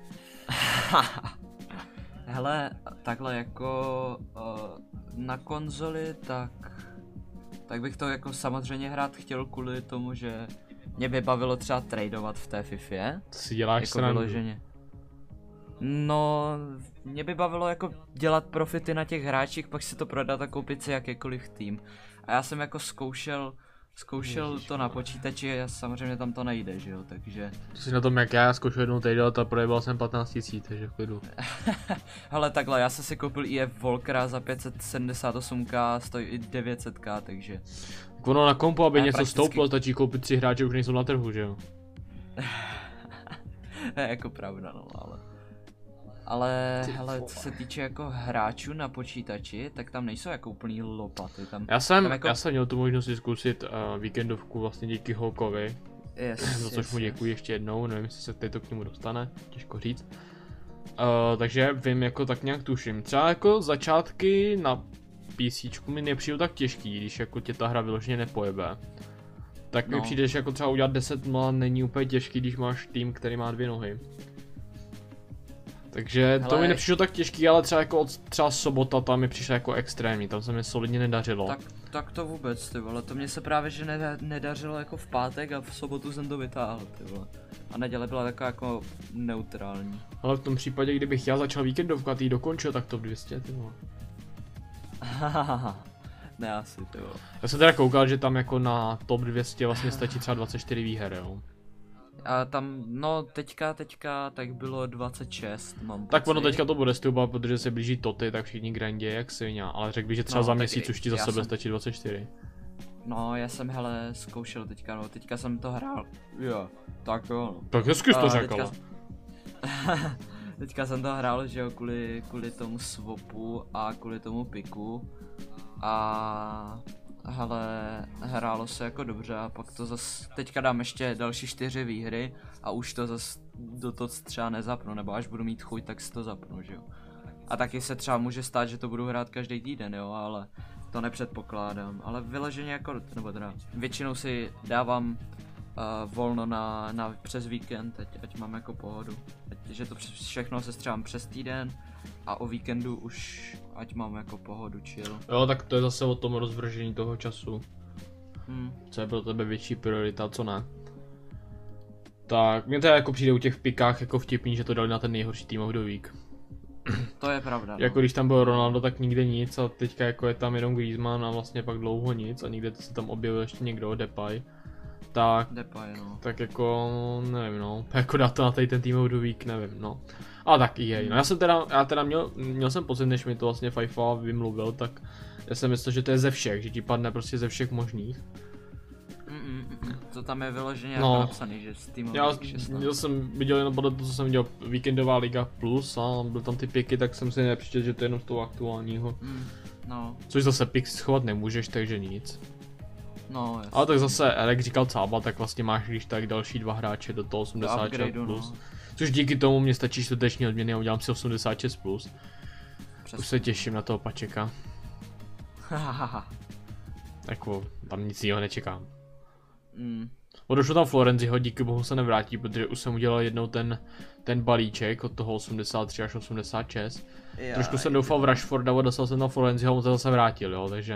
Hele, takhle jako uh, na konzoli, tak tak bych to jako samozřejmě hrát chtěl kvůli tomu, že mě by bavilo třeba tradovat v té fifě. To si děláš Jako srandu. vyloženě. No, mě by bavilo jako dělat profity na těch hráčích, pak si to prodat a koupit si jakýkoliv tým. A já jsem jako zkoušel, zkoušel to na počítači a samozřejmě tam to nejde, že jo, takže... To si na tom jak já zkoušel jednou tradeovat a prodával jsem patnáct tisíc, takže v klidu. Hele, takhle, já jsem si koupil I F Volkera za pět set sedmdesát osm K, stojí i devět set K, takže... Tak ono na kompu, aby Ne, něco prakticky- stouplo, stačí koupit tři hráče, už nejsou na trhu, že jo? je jako pravda, no, ale... Ale, Ty hele, vole. co se týče jako hráčů na počítači, tak tam nejsou jako úplný lopaty, tam... Já jsem, tam jako... já jsem měl tu možnost si zkusit uh, víkendovku vlastně díky Holkovi, Yes, za což yes, mu yes. děkuji ještě jednou, nevím, jestli se teď to k němu dostane, těžko říct. Uh, takže vím, jako tak nějak tuším. Třeba jako začátky na PCčku mi nepřijde tak těžký, když jako tě ta hra vyloženě nepojebe. Tak mi No. přijde, že jako třeba udělat deset nula není úplně těžký, když máš tým, který má dvě nohy. Takže to Hele. mi nepřišlo tak těžký, ale třeba jako od třeba sobota tam mi přišlo jako extrémní, tam se mi solidně nedařilo. Tak, tak to vůbec, ty vole, to mě se právě že neda, nedařilo jako v pátek a v sobotu jsem to vytáhl, ty vole. A neděle byla taková jako neutrální. Ale v tom případě, kdybych já začal víkendovku a ty ji dokončil, tak to dvě stě, ty vole. Ne asi, ty vole. Já jsem teda koukal, že tam jako na top dvě stě vlastně stačí třeba dvacet čtyři výher, jo. A tam, no teďka, teďka, tak bylo dvacet šest, mám Tak pocit. ono teďka to bude stoupat, protože se blíží toty, tak všichni grindě jak svině, ale řekl bych, že třeba No, za tak měsíc už ti za já sebe jsem- stačí dvacet čtyři. No, já jsem hele zkoušel teďka, no, teďka jsem to hrál. Jo, tak jo, no. Tak hezky jsi to A řekl. teďka- Teďka jsem to hrál, že jo, kvůli, kvůli tomu swapu a kvůli tomu piku. A hele, hrálo se jako dobře a pak to zas, teďka dám ještě další čtyři výhry a už to zas do toho třeba nezapnu, nebo až budu mít chuť, tak si to zapnu, že jo. A taky se třeba může stát, že to budu hrát každý týden, jo, ale to nepředpokládám. Ale vyloženě jako, nebo teda, většinou si dávám uh, volno na, na přes víkend, ať, ať mám jako pohodu. Ať, že to přes, všechno se střívám přes týden a o víkendu už ať mám jako pohodu, chill. Jo, tak to je zase o tom rozvržení toho času. Hmm. Co je pro tebe větší priorita, co ne. Tak, mně to jako přijde u těch pikách jako vtipný, že to dali na ten nejhorší tým of the week. To je pravda, no. Jako když tam byl Ronaldo, tak nikde nic a teďka jako je tam jenom Griezmann a vlastně pak dlouho nic a nikde se tam objevil ještě někdo, Depay. Tak, Depay, no. tak jako, nevím no, jako dát to na tady ten tým of the week, nevím no. A tak i jej, no já jsem teda, já teda měl, měl jsem pocit, než mi to vlastně FIFA vymluvil, tak já jsem myslel, že to je ze všech, že ti padne prostě ze všech možných. Mm, mm, mm, to tam je vyloženě No. jako napsaný, že s týmem Já, šestnáct. já jsem viděl jenom podle toho, co jsem viděl Víkendová liga plus a byl tam ty piky, tak jsem si nepřečetl, že to je jenom z toho aktuálního. Mm, no, Což zase pik schovat nemůžeš, takže nic. no, jasně. Ale tak zase, jak říkal Cába, tak vlastně máš když tak další dva hráče do toho Do osmdesát šest upgradeu, plus. no. Což díky tomu mě stačí čtvrteční odměny a udělám si osmdesát šest plus. Přesně. Už se těším na toho Pačeka. Hahaha. Jako, tam nic jiného nečekám. mm. Odešlo tam Florenziho, díky bohu se nevrátí, protože už jsem udělal jednou ten, ten balíček od toho osmdesát tři až osmdesát šest. Já, Trošku jsem doufal v Rashforda a dostal jsem tam Florenziho a on se zase vrátil, jo, takže...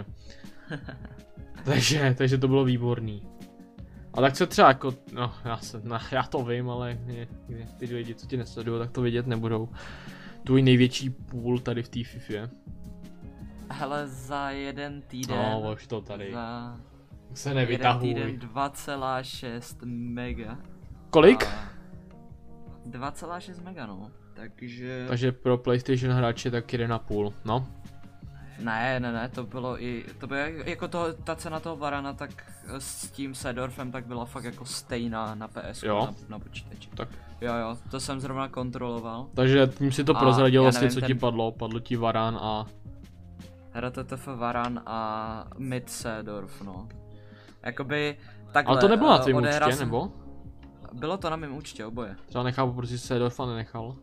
takže, takže to bylo výborný. A tak se třeba jako, no já, se, no, já to vím, ale mě, mě, ty lidi, co ti nesledují, tak to vidět nebudou. Tvůj největší půl tady v té fifě. Hele, za jeden týden. No, už to tady. Za Se jeden nevytahuj. týden dva celá šest mega. Kolik? A dva celá šest mega, no. Takže... Takže pro PlayStation hráče tak jeden a půl, no. Ne, ne, ne, to bylo i, to bylo jako to, ta cena toho Varana, tak s tím Seedorfem tak byla fakt jako stejná na P S, Jo. na, na počítači. Tak. Jo, jo, to jsem zrovna kontroloval. Takže tím si to A prozradil já vlastně, nevím, co ten- ti padlo. Padlo ti Varane a... R T T F Varan a Mid Seedorf, no. Jakoby takhle. Ale to nebylo na eh, tvém odehrál účtě, jsem- nebo? Bylo to na mém účtě, oboje. Třeba nechápu, proč jsi Seedorfa nenechal. Uh,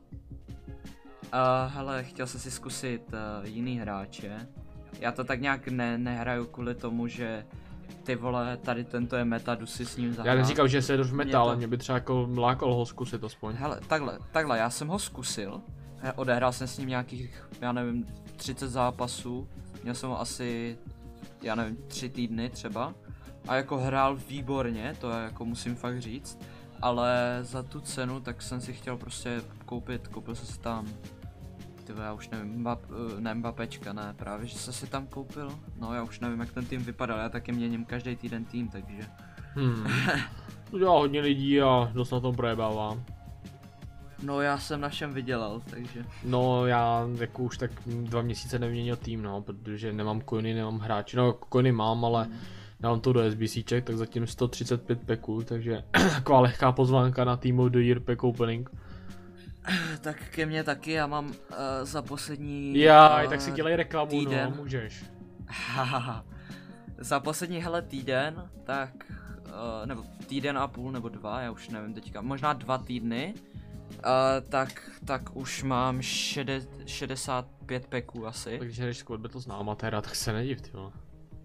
hele, chtěl jsem si zkusit uh, jiný hráče. Já to tak nějak ne, nehraju kvůli tomu, že ty vole, tady tento je meta, jdu si s ním zahrát. Já neříkám, že je Seedorf Mě meta, to- ale mě by třeba jako lákalo ho zkusit aspoň. Hele, takhle, takhle, já jsem ho zkusil. He- Odehrál jsem s ním nějakých, já nevím, třicet zápasů. Měl jsem ho asi, já nevím, tři týdny třeba. A jako hrál výborně, to jako musím fakt říct. Ale za tu cenu, tak jsem si chtěl prostě koupit, koupil jsem si tam, tyvo, já už nevím, Mbap, eh, ne Mbapečka, ne, právě, že jsem si tam koupil. No já už nevím, jak ten tým vypadal, já taky měním každý týden tým, takže. Hmm. To dělá hodně lidí a dost na tom projebává. No já jsem na všem vydělal, takže. No já jako už tak dva měsíce neměnil tým, no, protože nemám coiny, nemám hráče. No coiny mám, ale dám to do SBCček, tak zatím sto třicet pět peků, takže taková lehká pozvánka na Team of the Year pack opening. Tak ke mně taky, já mám uh, za poslední... Jaj, uh, tak si dělej reklamu, týden. no, můžeš. Hahaha. Za poslední hele týden, tak, uh, nebo týden a půl, nebo dva, já už nevím teďka, možná dva týdny, uh, tak, tak už mám šede, šedesát pět peků asi. Takže jdeš squad battle s amatéra, tak se nediv, ty vole.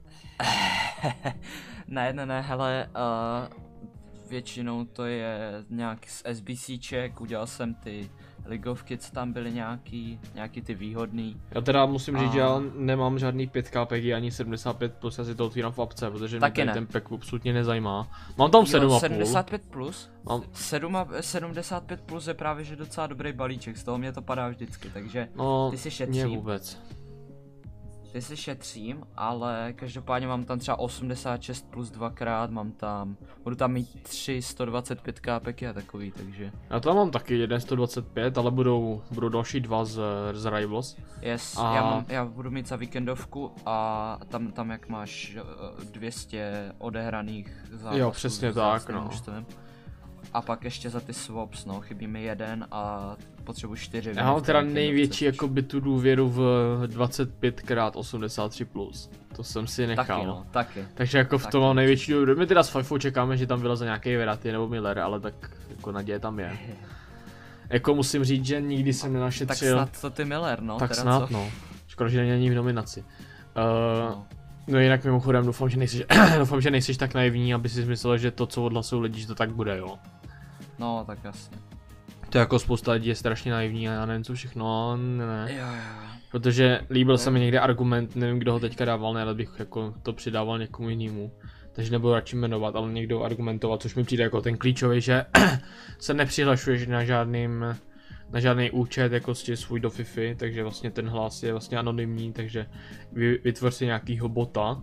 Ne, ne, ne, hele, uh, většinou to je nějak z SBCček, udělal jsem ty ligovky, co tam byly nějaký, nějaký ty výhodný. Já teda musím říct, A- že já nemám žádný pět ká peky ani sedmdesát pět plus, já si to otvírám v apce, protože mě Taky tady ne. ten pack absolutně nezajímá. Mám tam sedm a půl. sedmdesát pět plus? Mám, sedm a, sedmdesát pět plus je právě že docela dobrý balíček, z toho mě to padá vždycky, takže no, ty si mě šetří. vůbec. ty si šetřím, ale každopádně mám tam třeba osmdesát šest plus dvakrát, mám tam, budu tam mít tři sto dvacet pět kápeky a takový, takže. Já tam mám taky jeden sto dvacet pět, ale budou, budou další dva z, z Rivals. Yes, a... já, mám, já budu mít za víkendovku a tam, tam jak máš dvě stě odehraných zápasů. Jo, přesně tak, no. Mužstvem. A pak ještě za ty swaps, no, chybí mi jeden a potřebuji čtyři. Já mám teda největší jakoby tu důvěru v dvacet pět krát osmdesát tři plus. To jsem si nechal. Taky, no, taky. Takže jako v taky. tom mám největší důvěru. My teda s Fifou čekáme, že tam vyleze nějaký Verratti nebo Miller, ale tak jako naděje tam je. Jako musím říct, že nikdy jsem nenašetřil. Tak snad to ty Miller, no. Tak teda snad, co? no. Škoda, že není ani v nominaci. Uh, no. no jinak mimochodem doufám, že nejsiš, doufám, že nejsiš tak naivní, aby si myslel, že to, co odhlasují lidi, že to tak bude, jo. No, tak jasně. To je jako spousta lidí je strašně naivní a já nevím co všechno, ne, ne. Jo, jo. Protože líbil se mi někde argument, nevím kdo ho teďka dával, ne, ale bych jako to přidával někomu jinému. Takže nebudu radši jmenovat, ale někdo argumentoval, což mi přijde jako ten klíčový, že se nepřihlašuješ na žádným, na žádný účet jako svůj do Fify, takže vlastně ten hlas je vlastně anonymní, takže vytvoř si nějakýho bota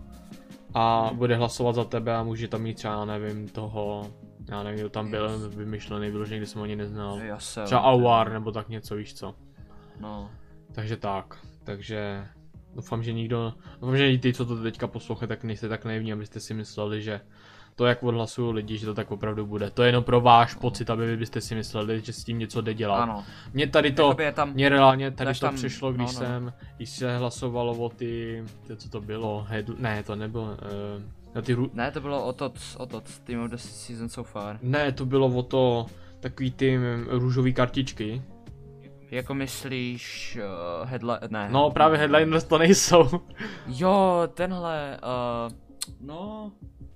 a bude hlasovat za tebe a může tam mít třeba, nevím, toho, já nevím, kdo tam byl vymyšlený, vyložený, kdy jsem ho ani neznal. Třeba Awar nebo tak něco, víš co. No. Takže tak, takže doufám, že nikdo, doufám, že i ty, co to teďka poslouchají, tak nejste tak naivní, abyste si mysleli, že to, jak odhlasují lidi, že to tak opravdu bude. To je jenom pro váš pocit, aby vy byste si mysleli, že s tím něco jde dělat. Ano. Mně tady to, tam, mě reálně tady to tam, přišlo, když no, no. jsem, když se hlasovalo o ty, ty co to bylo, Head, ne, to nebylo, uh, na ty ru... Ne, to bylo o to, o to, Team of the Season so far. Ne, to bylo o to, takový ty růžový kartičky. Jako myslíš uh, headline, ne. No právě headliners to nejsou. Jo, tenhle, uh, no,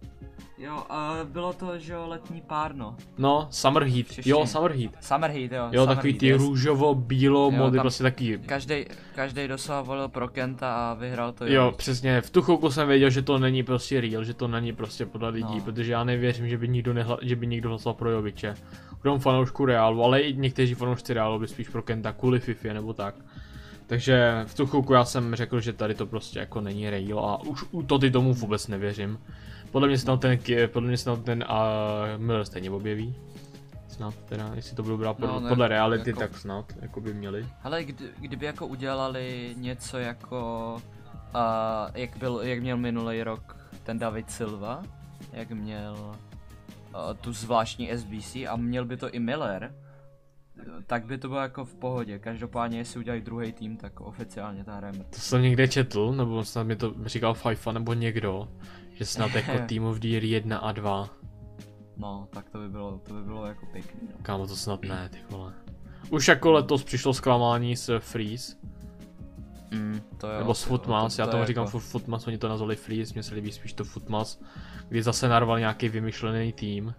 jo, uh, bylo to, že jo, letní párno. No, Summer Heat, Všichni. jo, Summer Heat. Summer Heat, jo. Jo, Summer takový Heat, ty yes. růžovo, bílo, modrý, prostě taky. Každý, každý doslova volil pro Kenta a vyhrál to. Jo, jo, přesně, v tu chvilku jsem věděl, že to není prostě real, že to není prostě podle lidí, no. Protože já nevěřím, že by nikdo, nehla, že by nikdo hlasoval pro Joviče. Krom fanoušku Realu, ale i někteří fanoušci Realu by spíš pro Kenta kvůli Fifě nebo tak. Takže v tu chvilku já jsem řekl, že tady to prostě jako není real a už u to ty tomu vůbec nevěřím. Podle mě se tam ten, podle mě se tam ten uh, Miller stejně objeví. Snad teda, jestli to budou brát pod, no, ne, podle reality, jako... tak snad, jako by měli. Hele, kdy, kdyby jako udělali něco jako, uh, jak, byl, jak měl minulý rok ten David Silva, jak měl uh, tu zvláštní S B C a měl by to i Miller, tak by to bylo jako v pohodě. Každopádně, jestli udělají druhý tým, tak oficiálně ta hra. To jsem někde četl, nebo snad mi to říkal Fifa nebo někdo, že snad jako Team of the Year jedna a dva. No, tak to by bylo, to by bylo jako pěkný. No. Kámo, to snad ne, ty vole. Už jako letos přišlo zklamání s Freeze. Mm, to jo, nebo s Footmas, já tomu říkám jako... Footmas, oni to nazvali Freeze, mně se líbí spíš to Footmas, kdy zase narval nějaký vymyšlený tým.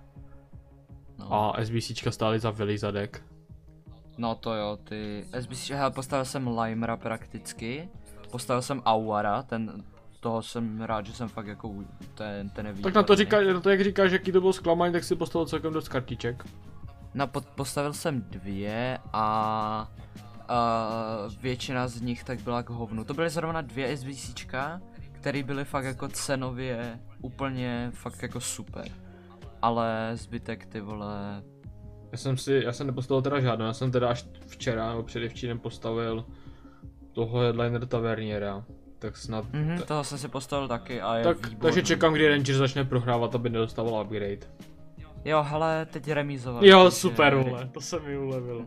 No. A SBCčka stály za Willy zadek. No to jo, ty SBC, hele, postavil jsem Limera prakticky, postavil jsem Awara, ten, toho jsem rád, že jsem fakt jako, ten, ten je výborný. Tak na to, říká, na to jak říkáš, jaký to byl zklamání, tak si postavil celkem dost kartiček. No, pod, postavil jsem dvě a, a většina z nich tak byla k hovnu. To byly zrovna dvě SBCčka, které byly fakt jako cenově úplně fakt jako super. Ale zbytek ty vole... Já jsem si, já jsem nepostavil teda žádnou, já jsem teda až včera nebo předevčírem postavil toho headliner Taverniera. Tak snad... Mhm, t- toho jsem si postavil taky a je tak, výborný. Takže čekám, kdy Ranger začne prohrávat, aby nedostával upgrade. Jo, hele, teď remízoval. Jo, super, vole, to se mi ulevilo.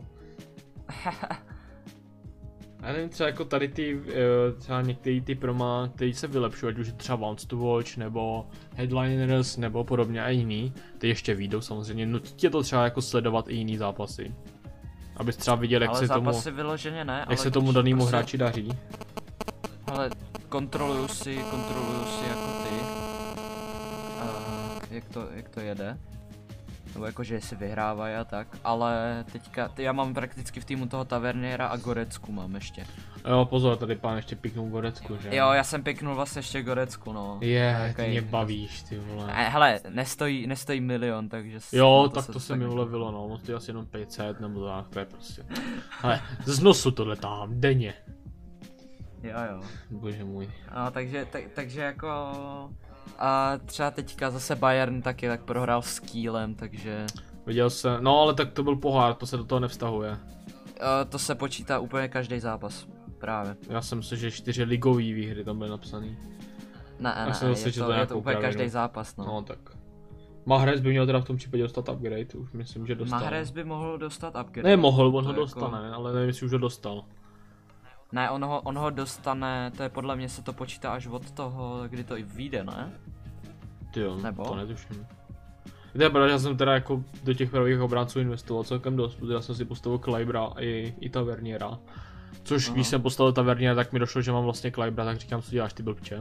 Já nevím, třeba jako tady ty, třeba některý ty proma, který se vylepšují, ať už je třeba Wants to Watch, nebo Headliners, nebo podobně a jiný, ty ještě vyjdou samozřejmě, nutí tě to třeba jako sledovat i jiný zápasy. Abys třeba viděl, jak ale se tomu, vyloženě ne, jak ale se tomu danému prostě... hráči daří. Ale kontroluju si, kontroluju si jako ty, a jak to, jak to jede. Nebo jakože si vyhrávají a tak, ale teďka, ty já mám prakticky v týmu toho Taverniera a Gorecku mám ještě. Jo, pozor, tady pán ještě piknul Gorecku, že? Jo, já jsem piknul vlastně ještě Gorecku, no. Je, yeah, okay. ty mě bavíš, ty vole. Hele, nestojí, nestojí milion, takže... Jo, tak se to se mi ulevilo, no, no to je asi jenom pět set nebo tak, to je prostě. Ale z nosu tohle tam, denně. Jo, jo. Bože můj. No, takže, tak, takže jako... A třeba teďka zase Bayern taky tak prohrál s Kielem, takže... Viděl jsem, no ale tak to byl pohár, to se do toho nevztahuje. Uh, to se počítá úplně každý zápas, právě. Já jsem myslel, že čtyři ligové výhry tam byly napsaný. Ne, ne, jsem je, zase, že to, to je nějakou to úplně pravidlo. každý zápas, no. No tak. Mahrez by měl teda v tom případě dostat upgrade, už myslím, že dostal. Mahrez by mohl dostat upgrade. Ne, mohl, on To ho jako- dostane, ale nevím, jestli už ho dostal. Ne, on ho, on ho dostane, to je podle mě se to počítá až od toho, kdy to i vyjde, ne? Ty jo, Nebo? to netuším. To je pravda, že já jsem teda jako do těch pravých obránců investoval celkem dost, protože já jsem si postavil Kleibra i, i Taverniera. Což Aha. když jsem postavil Taverniera, tak mi došlo, že mám vlastně Kleibra, tak říkám, co děláš ty blbče.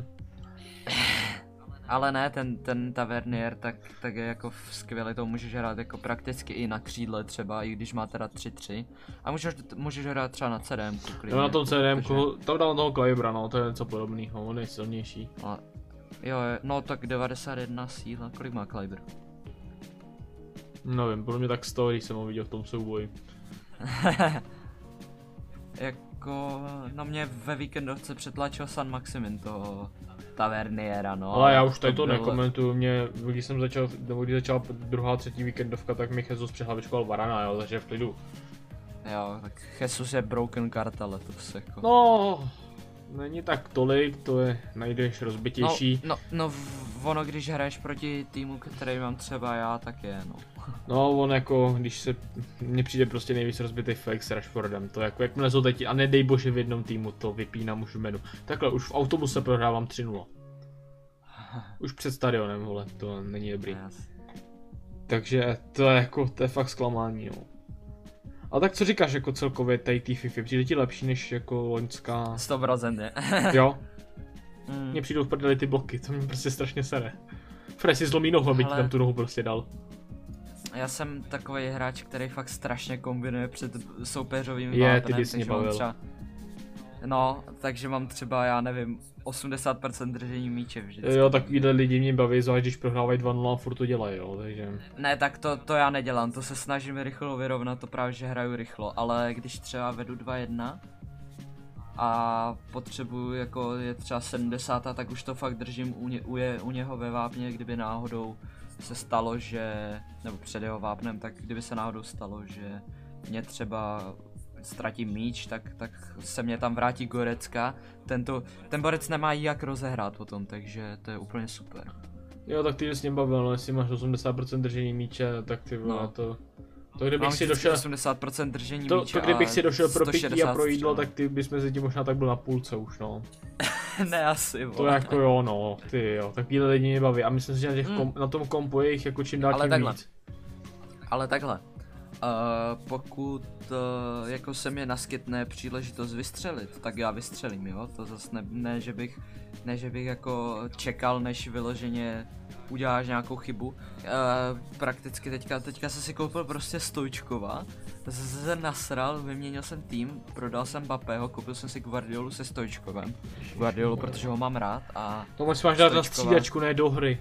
Ale ne, ten, ten Tavernier, tak, tak je jako skvělý, to můžeš hrát jako prakticky i na křídle třeba, i když má teda tři tři. A můžeš, můžeš hrát třeba na C D M. No na tom C D M, tam dal toho Kleibra, no, to je něco podobného, on je silnější. A, jo, je- no tak devadesát jedna síla, kolik má Kleibr? Nevím, podle mě tak sto, když jsem ho viděl v tom souboji. Jako, no mě ve víkendovce přetlačil San Maximin toho Taverniera, no. Ale já už tady to bylo- nekomentuju, mě, když jsem začal, nebo když začala druhá, třetí víkendovka, tak mi Jesus přehlavičkoval Varana, jo, takže v klidu. Jo, tak Jesus je broken karta letos, jako. No, není tak tolik, to je, najdeš rozbitější. No, no, no, v- ono když hraješ proti týmu, který mám třeba já, tak je, no. No, on jako, když se, mně přijde prostě nejvíc rozbitý fake s Rashfordem, to jako, jakmile jsou teď, a nedej bože v jednom týmu, to vypínám už jménu. Takhle, už v autobuse prohrávám tři nula. Už před stadionem, vole, to není dobrý. Yes. Takže to je jako, to je fakt zklamání, no. A tak co říkáš jako celkově tady té FIFA, přijde ti lepší než jako loňská, sto procent je. jo? Mm. Mně přijdou v prdeli ty bloky, to mě prostě strašně sere. Fred si zlomí nohu, aby ti Hele. tam tu nohu prostě dal. Já jsem takový hráč, který fakt strašně kombinuje před soupeřovým Je, vápnem, ty bys mě takže mám bavil. třeba... No, takže mám třeba, já nevím, osmdesát procent držení míče vždycky. Jo, takovýhle lidi mě baví, zvlášť když prohrávají dva nula a furt to dělají, jo, takže... Ne, tak to, to já nedělám, to se snažím rychlo vyrovnat, to právě, že hraju rychlo, ale když třeba vedu dva jedna a potřebuju jako je třeba sedmdesát, tak už to fakt držím u, ně, u, je, u něho ve vápně, kdyby náhodou se stalo, že, nebo před jeho vápnem, tak kdyby se náhodou stalo, že mě třeba ztratím míč, tak, tak se mě tam vrátí Gorecka, tento, ten borec nemá jak rozehrát potom, takže to je úplně super. Jo, tak ty bys mě bavil, no, jestli máš osmdesát procent držení míče, tak ty vole, No. to... To kdybych Mám si vždycky došel... osmdesát procent držení To, míče to kdybych a si došel pro pití a sto šedesát pro jídlo, střel. tak ty bys mezi tím možná tak byl na půlce už, no. Ne asi, To vole. jako jo, no, ty jo, takovýhle lidi mě baví a myslím si, že na, těch Mm. kom, na tom kompu je jich jako čím dál Ale tím takhle. víc. Ale takhle, uh, pokud uh, jako se mi naskytne příležitost vystřelit, tak já vystřelím, jo, to zase ne, ne, že bych, ne, že bych jako čekal, než vyloženě uděláš nějakou chybu. Uh, prakticky teďka, teďka jsem si koupil prostě Stojčkova, se nasral, vyměnil jsem tým, prodal jsem Mbappého, koupil jsem si Guardiolu se Stojčkovem, Guardiolu, protože ho mám rád a To máš máš dát na Stojčkova- střídačku, ne do hry.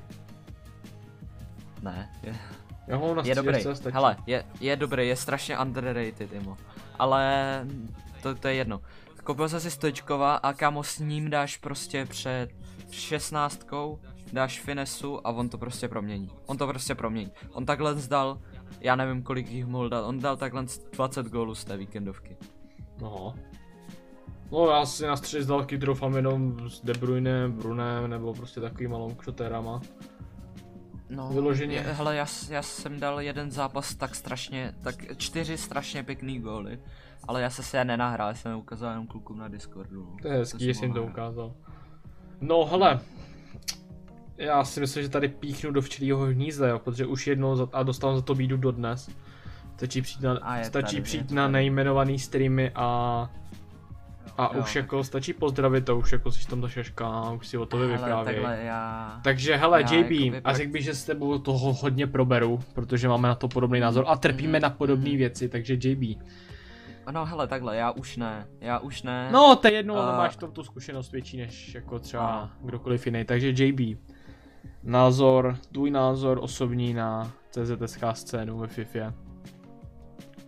ne, je, Já ho na je dobrý, střídačce stačí. hele, je, je dobrý, je strašně underrated, imo. Ale to, to je jedno. Koupil jsem si Stojčkova a kámo s ním dáš prostě před šestnáctkou, dáš finesu a on to prostě promění. On to prostě promění. On takhle zdal, já nevím kolik jich mohl dát, on dal takhle dvacet gólů z té víkendovky. Aha. No já si na střed z dálky troufám jenom s De Bruyne, Brunem nebo prostě takovýma longshotérama. No, Vyloženě. je- hele, já, s- já jsem dal jeden zápas tak strašně, tak čtyři strašně pěkný góly, ale já jsem se je nenahrál, já jsem je ukázal jenom klukům na Discordu. no. To je hezký, že jsem jsi jim to mohl hrát. ukázal. No hele, já si myslím, že tady píchnu do včelího hnízda, jo, protože už jednou za, a dostal za to bídu dodnes. Stačí přijít na, A je stačí tady, přijít je na tady. nejmenovaný streamy a a Jo, už jako stačí pozdravit a už jako si tam ta šaška, už si o tobě Hele, vyprávěj. takhle já... Takže hele, Já J B, jakoby a prak- řekl bych, že s tebou toho hodně proberu, protože máme na to podobný názor a trpíme Mm, na podobné mm. věci, takže J B. No hele, takhle, já už ne, já už ne. No, to je jedno, ale A- máš to, tu zkušenost větší než jako třeba A. kdokoliv jiný, takže J B. Názor, tvůj názor osobní na C Z S K scénu ve FIFA.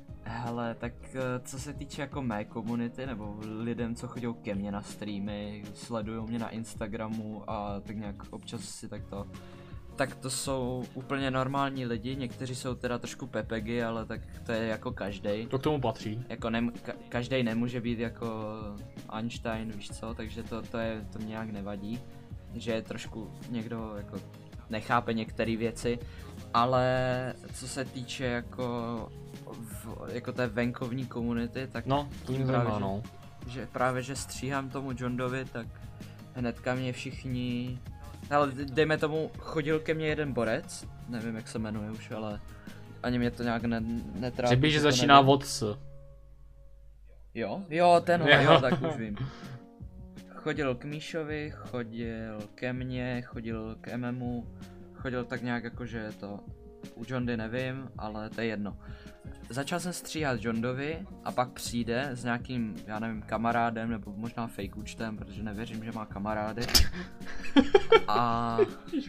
hele, tak eh, co se týče jako mé komunity, nebo lidem, co chodí ke mně na streamy, sledují mě na Instagramu a tak nějak občas si tak to, tak to jsou úplně normální lidi, někteří jsou teda trošku pepegy, ale tak to je jako každej. To k tomu patří. Jako ne, ka, každej nemůže být jako Einstein, víš co, takže to, to, je, to mě nějak nevadí, že trošku někdo jako nechápe některé věci, ale co se týče jako, v, jako té venkovní komunity, tak no, to mě právě, zajímá, no. že, že právě, že stříhám tomu Jondovi, tak hnedka mě všichni, ale dejme tomu, chodil ke mně jeden borec, nevím jak se jmenuje už, ale ani mě to nějak ne, netrápí. Řekl bych, že začíná od S. Jo, jo, ten Jo. jo, tak už vím. Chodil k Míšovi, chodil ke mně, chodil k Ememu, chodil tak nějak jako, že to u Jondy nevím, ale to je jedno. Začal jsem stříhat Jondovi a pak přijde s nějakým, já nevím, kamarádem nebo možná fake účtem, protože nevěřím, že má kamarády. A...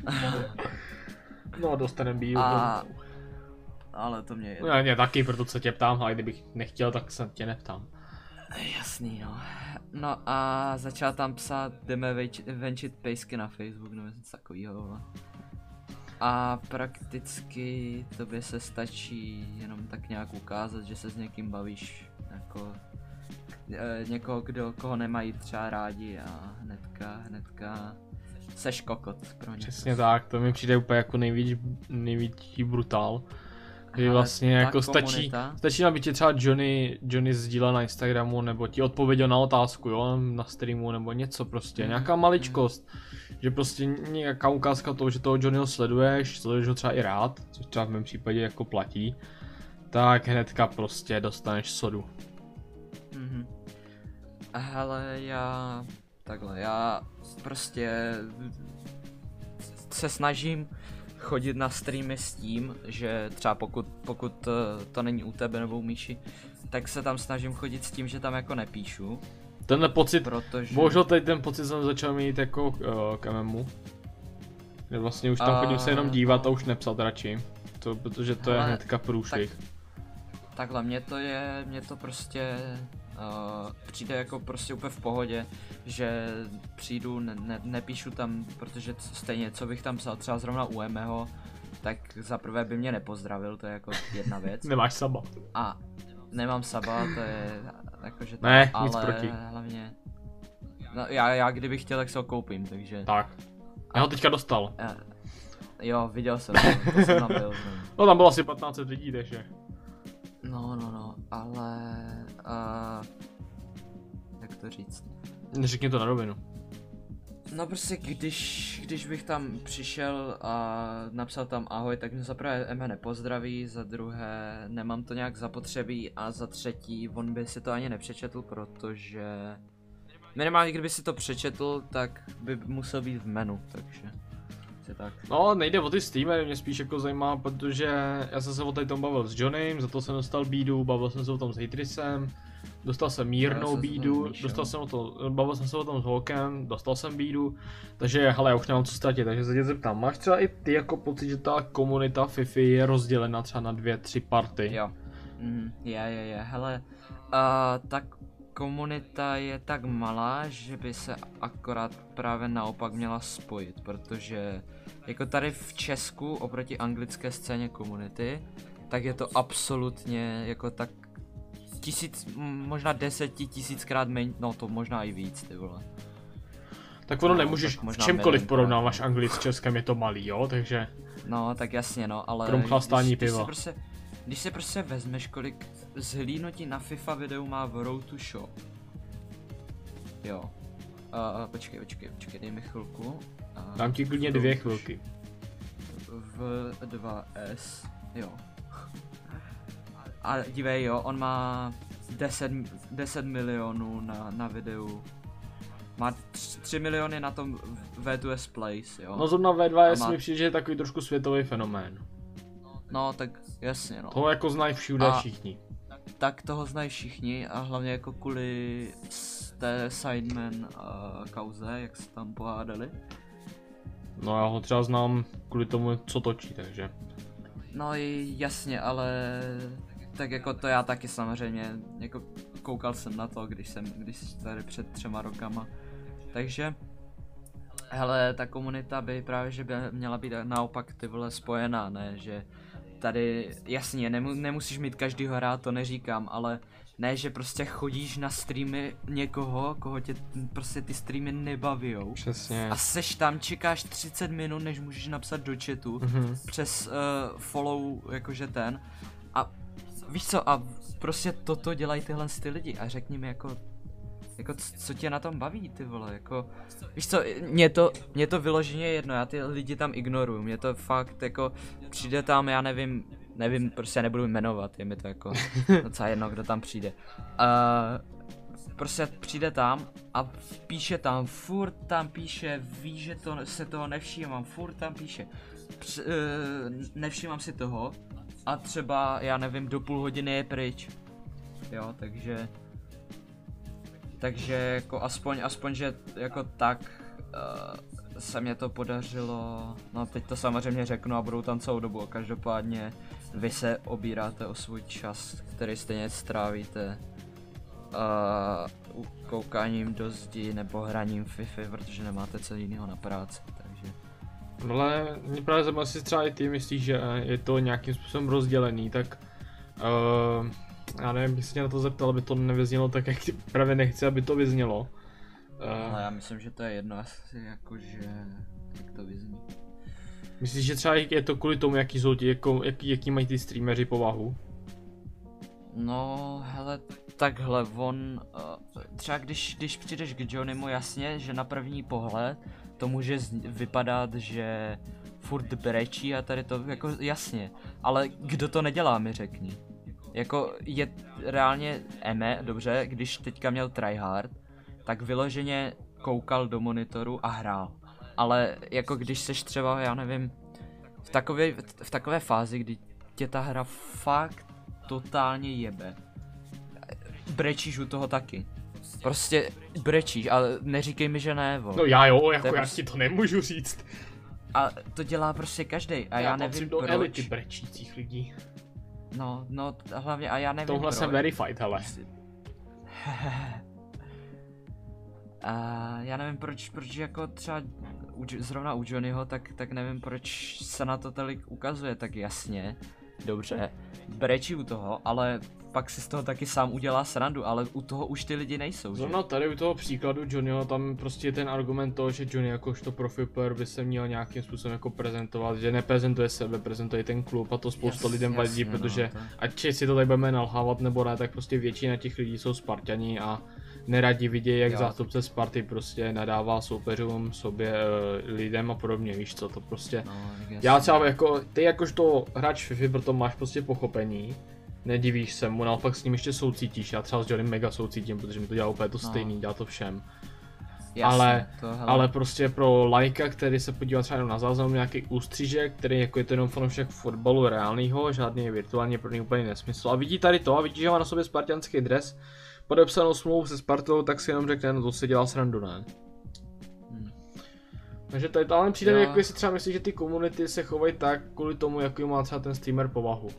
No, dostanem bílu. a... Ale to mě jedno. No, já taky, proto se tě ptám, ale kdybych nechtěl, tak se tě neptám. Jasný, no. No a začal tam psát, jdeme več- venčit pejsky na Facebook, nebo něco takovýho. A prakticky tobě se stačí jenom tak nějak ukázat, že se s někým bavíš, jako e, někoho, kdo, koho nemají třeba rádi a hnedka, hnedka seš kokot pro ně. Přesně prostě. Tak, to mi přijde úplně jako nejvíc, největší brutál. Kdy Ale vlastně ta jako stačí, komunita... stačí aby ti třeba Johnny, Johnny sdílel na Instagramu, nebo ti odpověděl na otázku, jo, na streamu, nebo něco prostě, Mm, nějaká maličkost. Mm. Že prostě nějaká ukázka toho, že toho Johnnyho sleduješ, sleduješ ho třeba i rád, což třeba v mém případě jako platí, tak hnedka prostě dostaneš sodu. Mhm. Hele, já... Takhle, já prostě se snažím chodit na streamy s tím, že třeba pokud, pokud to není u tebe nebo u Míši, tak se tam snažím chodit s tím, že tam jako nepíšu. Tenhle pocit, protože... bohužel tady ten pocit jsem začal mít jako uh, k M M U. Kde vlastně už tam A... chodím se jenom dívat a už nepsat radši. To, protože to Hele, je hnedka průšvih. Tak, takhle, mě to je, mě to prostě uh, přijde jako prostě úplně v pohodě, že přijdu, ne, ne, nepíšu tam, protože stejně, co bych tam psal třeba zrovna u Emeho, tak zaprvé by mě nepozdravil, to je jako jedna věc. Nemáš saba. A nemám saba, to je jakože to, Ne, ale nic proti. hlavně, no, já, já kdybych chtěl, tak se ho koupím, takže. Tak. Já ho teďka dostal. Uh, jo, viděl jsem to, to jsem tam byl. No tam bylo asi patnáct set lidí, takže. No, no, no, ale... Uh, jak to říct? Neřekni to na rovinu. No prostě když, když bych tam přišel a napsal tam ahoj, tak mě za prvé Eme nepozdraví, za druhé nemám to nějak zapotřebí a za třetí on by si to ani nepřečetl, protože... Minimálně kdyby si to přečetl, tak by musel být v menu, takže... Tak. No, nejde o ty streamery, mě spíš jako zajímá, protože já jsem se o tady tom bavil s Johnnym, za to jsem dostal bídu, bavil jsem se o tom s Hatrisem, dostal jsem mírnou bídu, dostal jsem o to, bavil jsem se o tom s Holkem, dostal jsem bídu, takže hele, já už nemám co ztratit, takže se tě zeptám, máš třeba i ty jako pocit, že ta komunita FIFA je rozdělena třeba na dvě, tři party? Jo, mm, je, je, je, hele, uh, tak komunita je tak malá, že by se akorát právě naopak měla spojit, protože jako tady v Česku oproti anglické scéně komunity, tak je to absolutně jako tak tisíc, možná deseti tisíckrát méně, no to možná i víc, ty vole. Tak ono No, nemůžeš tak v čemkoliv milionkrát. porovnáváš Anglii s Českem, je to malý, jo, takže... No, tak jasně, no, ale Krom chlastání když, když piva. si prostě, když si prostě vezmeš, kolik zhlídnutí na FIFA videu má v Road to Shop. Jo. Uh, počkej, počkej, počkej, dej mi chvilku. Uh, Dám ti klidně dvě chvilky. V dva S, jo. A dívej, jo, on má deset milionů na, na videu. Má tři miliony na tom V dva S Place, jo. No zrovna V dva S má... mi přijde, že je takový trošku světový fenomén. No, tak jasně, no. Toho jako znají všude a... všichni. Tak toho znají všichni a hlavně jako kvůli té Sideman uh, kauze, jak se tam pohádali. No já ho třeba znám kvůli tomu, co točí, takže. No jasně, ale tak jako to já taky samozřejmě, jako koukal jsem na to, když jsem, když tady před třema rokama, takže, hele, ta komunita by právě, že by měla být naopak ty vole spojená, ne, že tady, jasně, nemu, nemusíš mít každýho rád, to neříkám, ale ne, že prostě chodíš na streamy někoho, koho tě prostě ty streamy nebavijou. Přesně. A seš tam, čekáš třicet minut, než můžeš napsat do chatu, mm-hmm. přes uh, follow, jakože ten. A víš co, a prostě toto dělají tyhle ty lidi a řekni mi jako, jako co tě na tom baví, ty vole, jako, víš co, mě to, mě to vyloženě jedno, já ty lidi tam ignoruju, mě to fakt jako, přijde tam, já nevím, nevím, prostě nebudu jmenovat, je mi to jako docela jedno, kdo tam přijde. Uh, prostě přijde tam a píše tam, furt tam píše, ví, že to, se toho nevšímám, furt tam píše, Př, uh, nevšímám si toho a třeba, já nevím, do půl hodiny je pryč, jo, takže, takže jako aspoň, aspoň, že jako tak uh, se mě to podařilo, no teď to samozřejmě řeknu a budou tam celou dobu, každopádně vy se obíráte o svůj čas, který stejně strávíte uh, koukáním do zdi nebo hraním FIFA, protože nemáte co jiného na práci, takže. Ale mě právě zajímá, jestli třeba i ty myslíš, že je to nějakým způsobem rozdělený, tak uh, já nevím, bych se na to zeptal, aby to nevyznělo tak, jak právě nechci, aby to vyznělo. Uh, Ale já myslím, že to je jedno asi jakože, jak to vyzní. Myslíš, že třeba je to kvůli tomu, jaký jsou ti, jako, jaký, jaký mají ty streameři povahu? No, hele, takhle, on, uh, třeba když, když přijdeš k Johnnymu, jasně, že na první pohled to může vypadat, že furt brečí a tady to, jako jasně, ale kdo to nedělá, mi řekni. Jako je reálně Eme, dobře, když teďka měl tryhard, tak vyloženě koukal do monitoru a hrál. Ale jako když seš třeba, já nevím, v takové, v takové fázi, kdy tě ta hra fakt totálně jebe, brečíš u toho taky. Prostě brečíš, ale neříkej mi, že ne, vo. No já jo, jako já prostě... ti to nemůžu říct. A to dělá prostě každej a já, já nevím do proč. elity brečících lidí. No, no, hlavně a já nevím Tohle proč. jsem verified, hele. A já nevím proč, proč jako třeba u, zrovna u Johnnyho, tak, tak nevím proč se na to tolik ukazuje, tak jasně, dobře, brečí u toho, ale pak si z toho taky sám udělá srandu, ale u toho už ty lidi nejsou, že? Zrovna tady u toho příkladu Johnnyho, tam prostě je ten argument toho, že Johnny jakožto profi player by se měl nějakým způsobem jako prezentovat, že neprezentuje sebe, prezentuje ten klub a to spousta Jas, lidem vadí, no, protože to... ať si to tady budeme nalhávat nebo ne, tak prostě většina těch lidí jsou Spartani a neradi vidí, jak jo. zástupce Sparty prostě nadává soupeřům, sobě, lidem a podobně, víš co, to prostě. No, já třeba jako, ty jakožto hráč FIFA, proto máš prostě pochopení, nedivíš se mu, naopak s ním ještě soucítíš, já třeba s Johnnym mega soucítím, protože mi to dělá úplně to stejný, no. dělá to všem. Jasně, ale, to, ale prostě pro lajka, který se podívá třeba jenom na záznam, nějaký ústřížek, který jako je to jenom fanoušek fotbalu reálného, žádný virtuálně pro něj úplně nesmysl. A vidí tady to a vidí, že má na sobě spartanský dres, podepsanou smlouvu se Spartou, tak si jenom řekne, no to se dělá srandu, ne? Hmm. Takže tady to ale přijde, jo. Jako jestli třeba myslíš, že ty komunity se chovají tak kvůli tomu, jaký má třeba ten streamer povahu.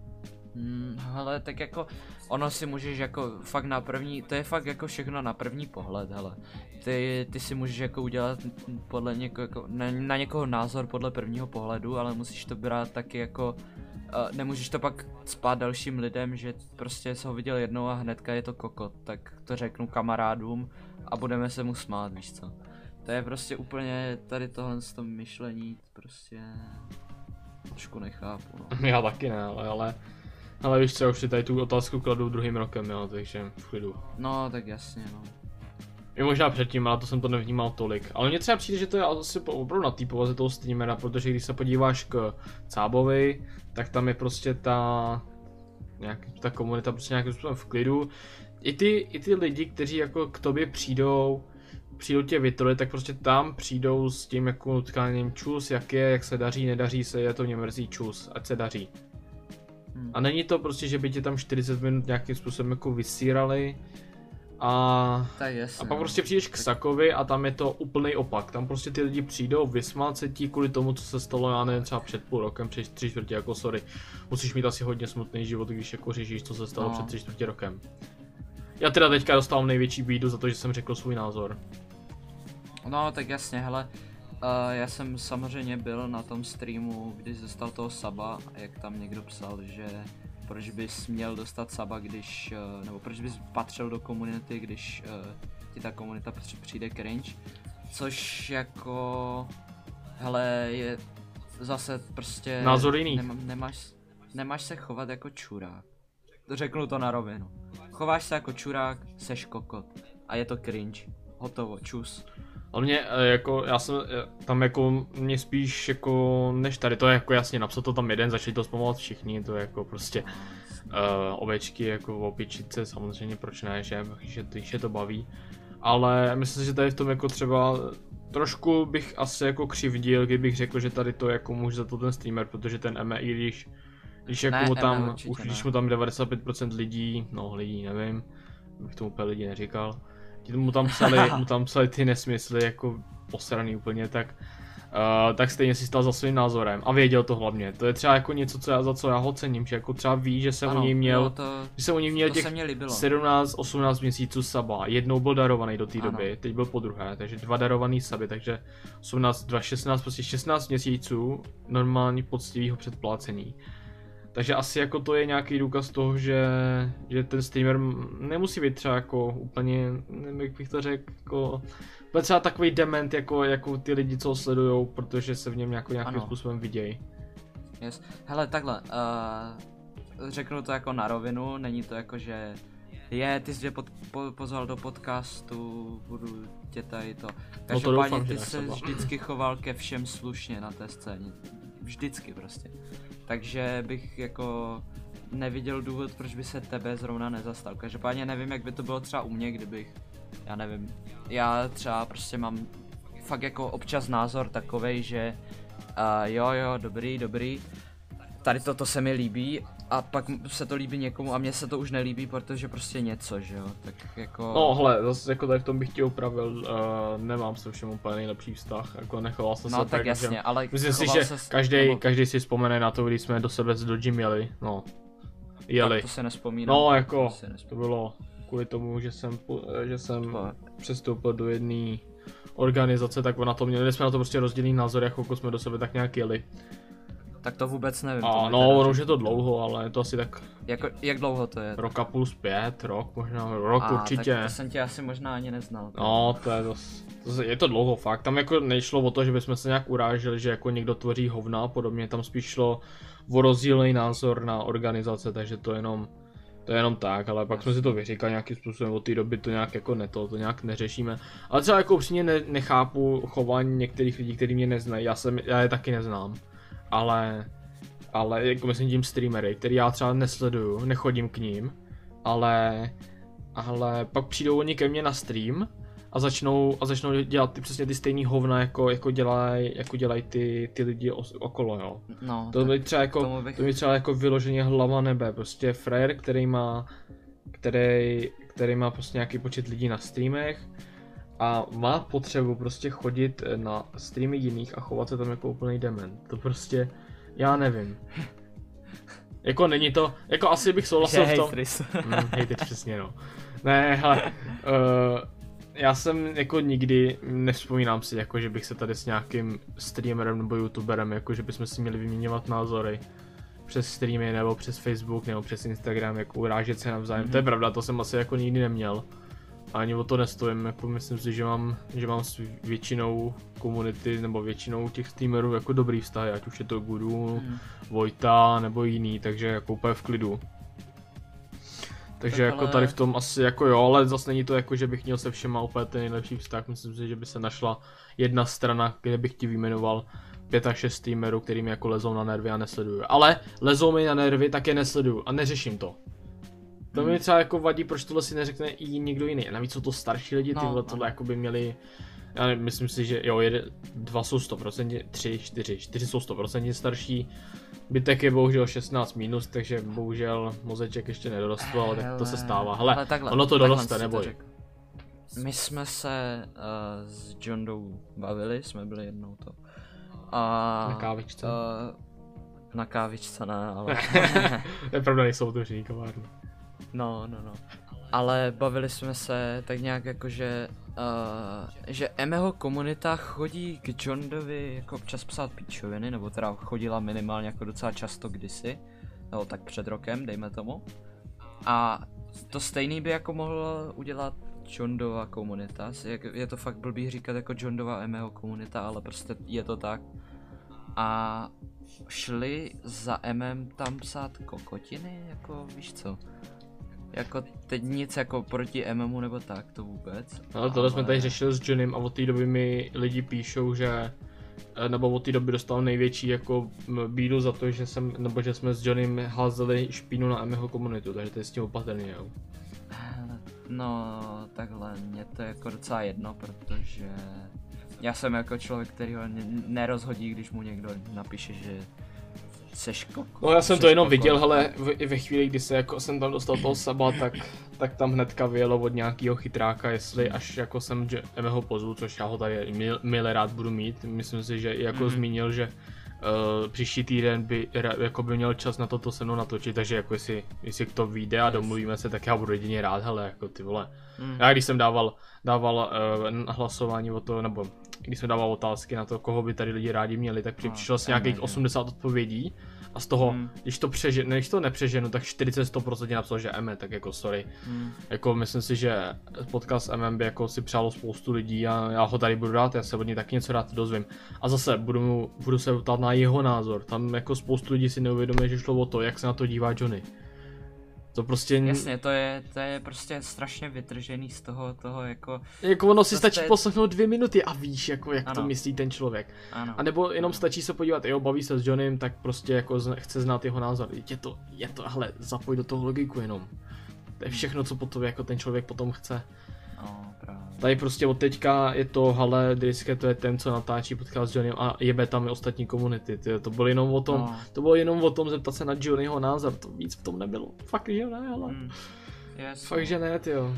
Hmm, hele, tak jako ono si můžeš jako fakt na první, to je fakt jako všechno na první pohled, hele. Ty, ty si můžeš jako udělat podle někoho, jako, na, na někoho názor podle prvního pohledu, ale musíš to brát taky jako, uh, nemůžeš to pak spát dalším lidem, že prostě se ho viděl jednou a hnedka je to kokot, tak to řeknu kamarádům a budeme se mu smát, víš co. To je prostě úplně tady tohle z toho myšlení, prostě trošku nechápu, no. Já taky ne, ale, ale... Ale víš co, už si tady tu otázku kladu druhým rokem, jo, takže v klidu. No, tak jasně, no. I možná předtím, ale to jsem to nevnímal tolik. Ale mně třeba přijde, že to je asi opravdu na té povaze toho streamera, protože když se podíváš k Cábovi, tak tam je prostě ta... Nějak, ta komunita prostě nějakým způsobem v klidu. I ty, i ty lidi, kteří jako k tobě přijdou, přijdou tě vytrolit, tak prostě tam přijdou s tím jako utkáním čus, jak je, jak se daří, nedaří se, je to mě mrzí čus, ať se daří. A není to prostě, že by tě tam čtyřicet minut nějakým způsobem jako vysírali, A, Tak jasně, a pak no. prostě přijdeš k Sakovi a tam je to úplný opak. Tam prostě ty lidi přijdou, vysmát se ti kvůli tomu, co se stalo, já nevím, třeba před půl rokem, před tři čtvrtě, jako sorry. Musíš mít asi hodně smutný život, když jako řešíš, co se stalo No. před tři čtvrtě rokem. Já teda teďka dostávám největší bídu za to, že jsem řekl svůj názor. No tak jasně, hele, uh, já jsem samozřejmě byl na tom streamu, když dostal toho suba, jak tam někdo psal, že proč bys měl dostat suba, když, uh, nebo proč bys patřil do komunity, když uh, ti ta komunita přijde cringe, což jako, hele, je zase prostě... Názor jiný. Nema, nemáš, nemáš se chovat jako čurák, řeknu to na rovinu. Chováš se jako čurák, seš kokot a je to cringe, hotovo, čus. Ale mě jako, já jsem tam jako, mě spíš jako, než tady, to je jako jasně, napsal to tam jeden, začali to zpomovat všichni, to je jako prostě uh, ovečky, jako opičice, samozřejmě proč ne, že, že, že to baví. Ale myslím si, že tady v tom jako třeba trošku bych asi jako křivdil, kdybych řekl, že tady to jako může za to ten streamer, protože ten Eme, i když, když jako ne, mu tam, Eme, už ne. když mu tam devadesát pět procent lidí, no lidí, nevím, bych tomu úplně lidi neříkal, ti mu tam psali, mu tam psali ty nesmysly, jako posraný úplně, tak, uh, tak stejně si stál za svým názorem a věděl to hlavně. To je třeba jako něco, co já, za co já ho cením, že jako třeba ví, že jsem Ano, u něj měl, jo, to, že jsem u něj měl to těch se mě líbilo. sedmnáct osmnáct měsíců saba, jednou byl darovaný do té Ano. doby, teď byl po druhé, takže dva darovaný saby, takže osmnáct, dva, šestnáct, prostě šestnáct měsíců normální poctivýho předplácení. Takže asi jako to je nějaký důkaz toho, že, že ten streamer nemusí být třeba jako úplně, nevím, jak bych to řekl, jako úplně třeba takový dement jako, jako ty lidi, co ho sledujou, protože se v něm jako nějakým Ano. způsobem vidějí. Yes. Hele, takhle, uh, řeknu to jako na rovinu, není to jako, že je, ty jsi mě pod, po, pozval do podcastu, budu tě tady to. Každopádně doufám, že ty ne, se Seba. vždycky choval ke všem slušně na té scéně. Vždycky prostě. Takže bych jako neviděl důvod, proč by se tebe zrovna nezastal. Každopádně nevím, jak by to bylo třeba u mě, kdybych, já nevím, já třeba prostě mám fakt jako občas názor takovej, že uh, jo jo, dobrý, dobrý, tady toto se mi líbí a pak se to líbí někomu a mně se to už nelíbí, protože prostě něco, že jo, tak jako... No hele, zase jako tady v tom bych tě upravil, uh, nemám se všem úplně nejlepší vztah, jako nechoval jsem No se tak, tak, jasně, že... ale Myslím si, choval že ses- každý, nebo- každý si vzpomene na to, když jsme do sebe do gym jeli, no. Jeli. Tak to se nespomínám. No jako, to se to nespomínám. bylo kvůli tomu, že jsem, po- že jsem To- přestoupil do jedné organizace, tak na to měli jsme na to prostě rozdílný názor, jako jsme do sebe tak nějak jeli. Tak to vůbec nevím. to A mi no, teda ono už řekni. je to dlouho, ale je to asi tak Jako, jak dlouho to je? rok a půl zpět, rok možná, rok A, určitě. tak to jsem tě asi možná ani neznal. No, to je dost, to se- je to dlouho fakt, tam jako nešlo o to, že bychom se nějak uráželi, že jako někdo tvoří hovna a podobně, tam spíš šlo o rozdílný názor na organizace, takže to jenom, to je jenom tak, ale pak jsme si to vyříkali nějakým způsobem, od té doby to nějak jako ne to, to nějak neřešíme. Ale třeba jako upřímně ne, nechápu chování některých lidí, kteří mě neznají, já, jsem, já je taky neznám, ale, ale jako myslím tím streamery, který já třeba nesleduju, nechodím k ním, ale, ale pak přijdou oni ke mně na stream a začnou, a začnou dělat ty, přesně ty stejný hovna, jako, jako dělají jako dělaj ty, ty lidi os, okolo, jo. No, To tak mi třeba jako, tomu bych- to mi třeba jako vyloženě hlava nebe, prostě frajer, který má, který, který má prostě nějaký počet lidí na streamech a má potřebu prostě chodit na streamy jiných a chovat se tam jako úplný dement, to prostě, já nevím. Jako není to, jako asi bych souhlasil v tom. hejtris. Mm, hejtris, přesně no. Ne, hele, uh, já jsem jako nikdy, nevzpomínám si jako, že bych se tady s nějakým streamerem nebo youtuberem, jako že bychom si měli vyměňovat názory přes streamy nebo přes Facebook nebo přes Instagram, jako urážet se navzájem, mm-hmm. To je pravda, to jsem asi jako nikdy neměl. A ani o to nestojím, jako myslím si, že mám, že mám s většinou komunity nebo většinou těch streamerů jako dobrý vztahy, ať už je to Guru, Mm. Vojta nebo jiný, takže jako úplně v klidu. Takže Tak jako ale- tady v tom asi jako jo, ale zase není to jako, že bych měl se všema úplně ten nejlepší vztah, myslím si, že by se našla jedna strana, kde bych ti vyjmenoval pět až šest streamerů, který mi jako lezou na nervy a nesleduju. Ale lezou mi na nervy, tak je nesleduju a neřeším to. To mi třeba jako vadí, proč tohle si neřekne i někdo jiný. A navíc jsou to starší lidi, No, tyhle no. tohle jako by měli, já nevím, myslím si, že jo, jede, dva jsou sto procent, tři, čtyři, čtyři jsou sto procent starší. Bytek je bohužel šestnáct minus, takže bohužel mozeček ještě nedorostl, ale tak to se stává. Hele, Ale takhle, ono to takhle doroste, si to neboj. řekl. my jsme se uh, s John Doe bavili, jsme byli jednou to. A, na kávičce. Uh, na kávičce ne, ale... To je pravda, nejsou otevřený kavárny. No, no, no. Ale bavili jsme se tak nějak jako, že, uh, že Emeho komunita chodí k John Doevi jako občas psát píčoviny, nebo teda chodila minimálně jako docela často kdysi, nebo tak před rokem, dejme tomu. A to stejný by jako mohlo udělat John Doeva komunita, je to fakt blbý říkat jako John Doeva Emeho komunita, ale prostě je to tak. A šli za Emem tam psát kokotiny, jako víš co? Jako teď nic jako proti Ememu nebo tak, to vůbec. No, tohle ale... jsme tady řešili s Johnem a od té doby mi lidi píšou, že nebo od té doby dostal největší jako bídu za to, že jsem, nebo že jsme s Johnem házeli špínu na Emeho komunitu, takže to je s tím opatrný, jo. No, takhle, mě to je jako docela jedno, protože já jsem jako člověk, který ho nerozhodí, když mu někdo napíše, že seš koko. No já jsem to jenom koko. Viděl, hele, v, ve chvíli, kdy se jako jsem tam dostal toho Saba, tak, tak tam hnedka vyjelo od nějakého chytráka, jestli až jako jsem Emeho pozvu, což já ho tady mil, mile rád budu mít, myslím si, že jako mm-hmm. zmínil, že Uh, příští týden by, jako by měl čas na toto se mnou natočit, takže jako jestli, jestli to vyjde a domluvíme se, tak já budu jedině rád, hele, jako ty vole. Mm. Já když jsem dával, dával uh, hlasování o to, nebo když jsem dával otázky na to, koho by tady lidi rádi měli, tak přišlo asi nějakých osmdesát odpovědí a z toho, mm. když to přeženu, když to nepřeženu, tak čtyřicet až sto procent napsal, že Eme, tak jako sorry. Mm. Jako myslím si, že podcast s Emem by jako si přálo spoustu lidí a já ho tady budu rád, já se od něj taky něco rád dozvím. A zase budu, mu, budu se ptát na jeho názor, tam jako spoustu lidí si neuvědomuje, že šlo o to, jak se na to dívá Johnny. To prostě... Jasně, to je, to je prostě strašně vytržený z toho, toho jako... Jako ono si stačí poslechnout dvě minuty a víš, jako jak ano. to myslí ten člověk. Ano. A nebo jenom stačí se podívat, jo, baví se s Johnem, tak prostě jako chce znát jeho názor. Je to, je to, hele, zapoj do toho logiku jenom. To je všechno, co potom jako ten člověk potom chce. No, právě. Tady prostě od teďka je to, hele, Driske, to je ten, co natáčí podcast s Johnem a jebe tam i ostatní komunity. To, to bylo jenom o tom, no. to bylo jenom o tom zeptat se na Johnnyho názor, to víc v tom nebylo. Fakt, že ne, hele. Mm. Yes. Fakt, že ne, tyjo.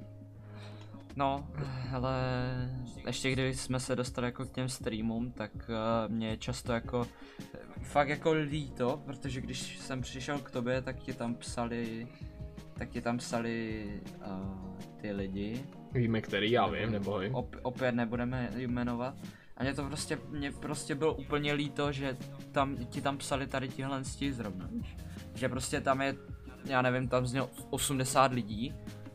No, hele, ještě když jsme se dostali jako k těm streamům, tak uh, mě často jako, fakt jako líto, protože když jsem přišel k tobě, tak ti tam psali, tak ti tam psali uh, ty lidi. Víme který, já vím, nebo op, opět nebudeme jmenovat. A mě to prostě, mě prostě bylo úplně líto, že tam, ti tam psali tady tihle sti zrovna, víš? Že prostě tam je, já nevím, tam znělo osmdesát lidí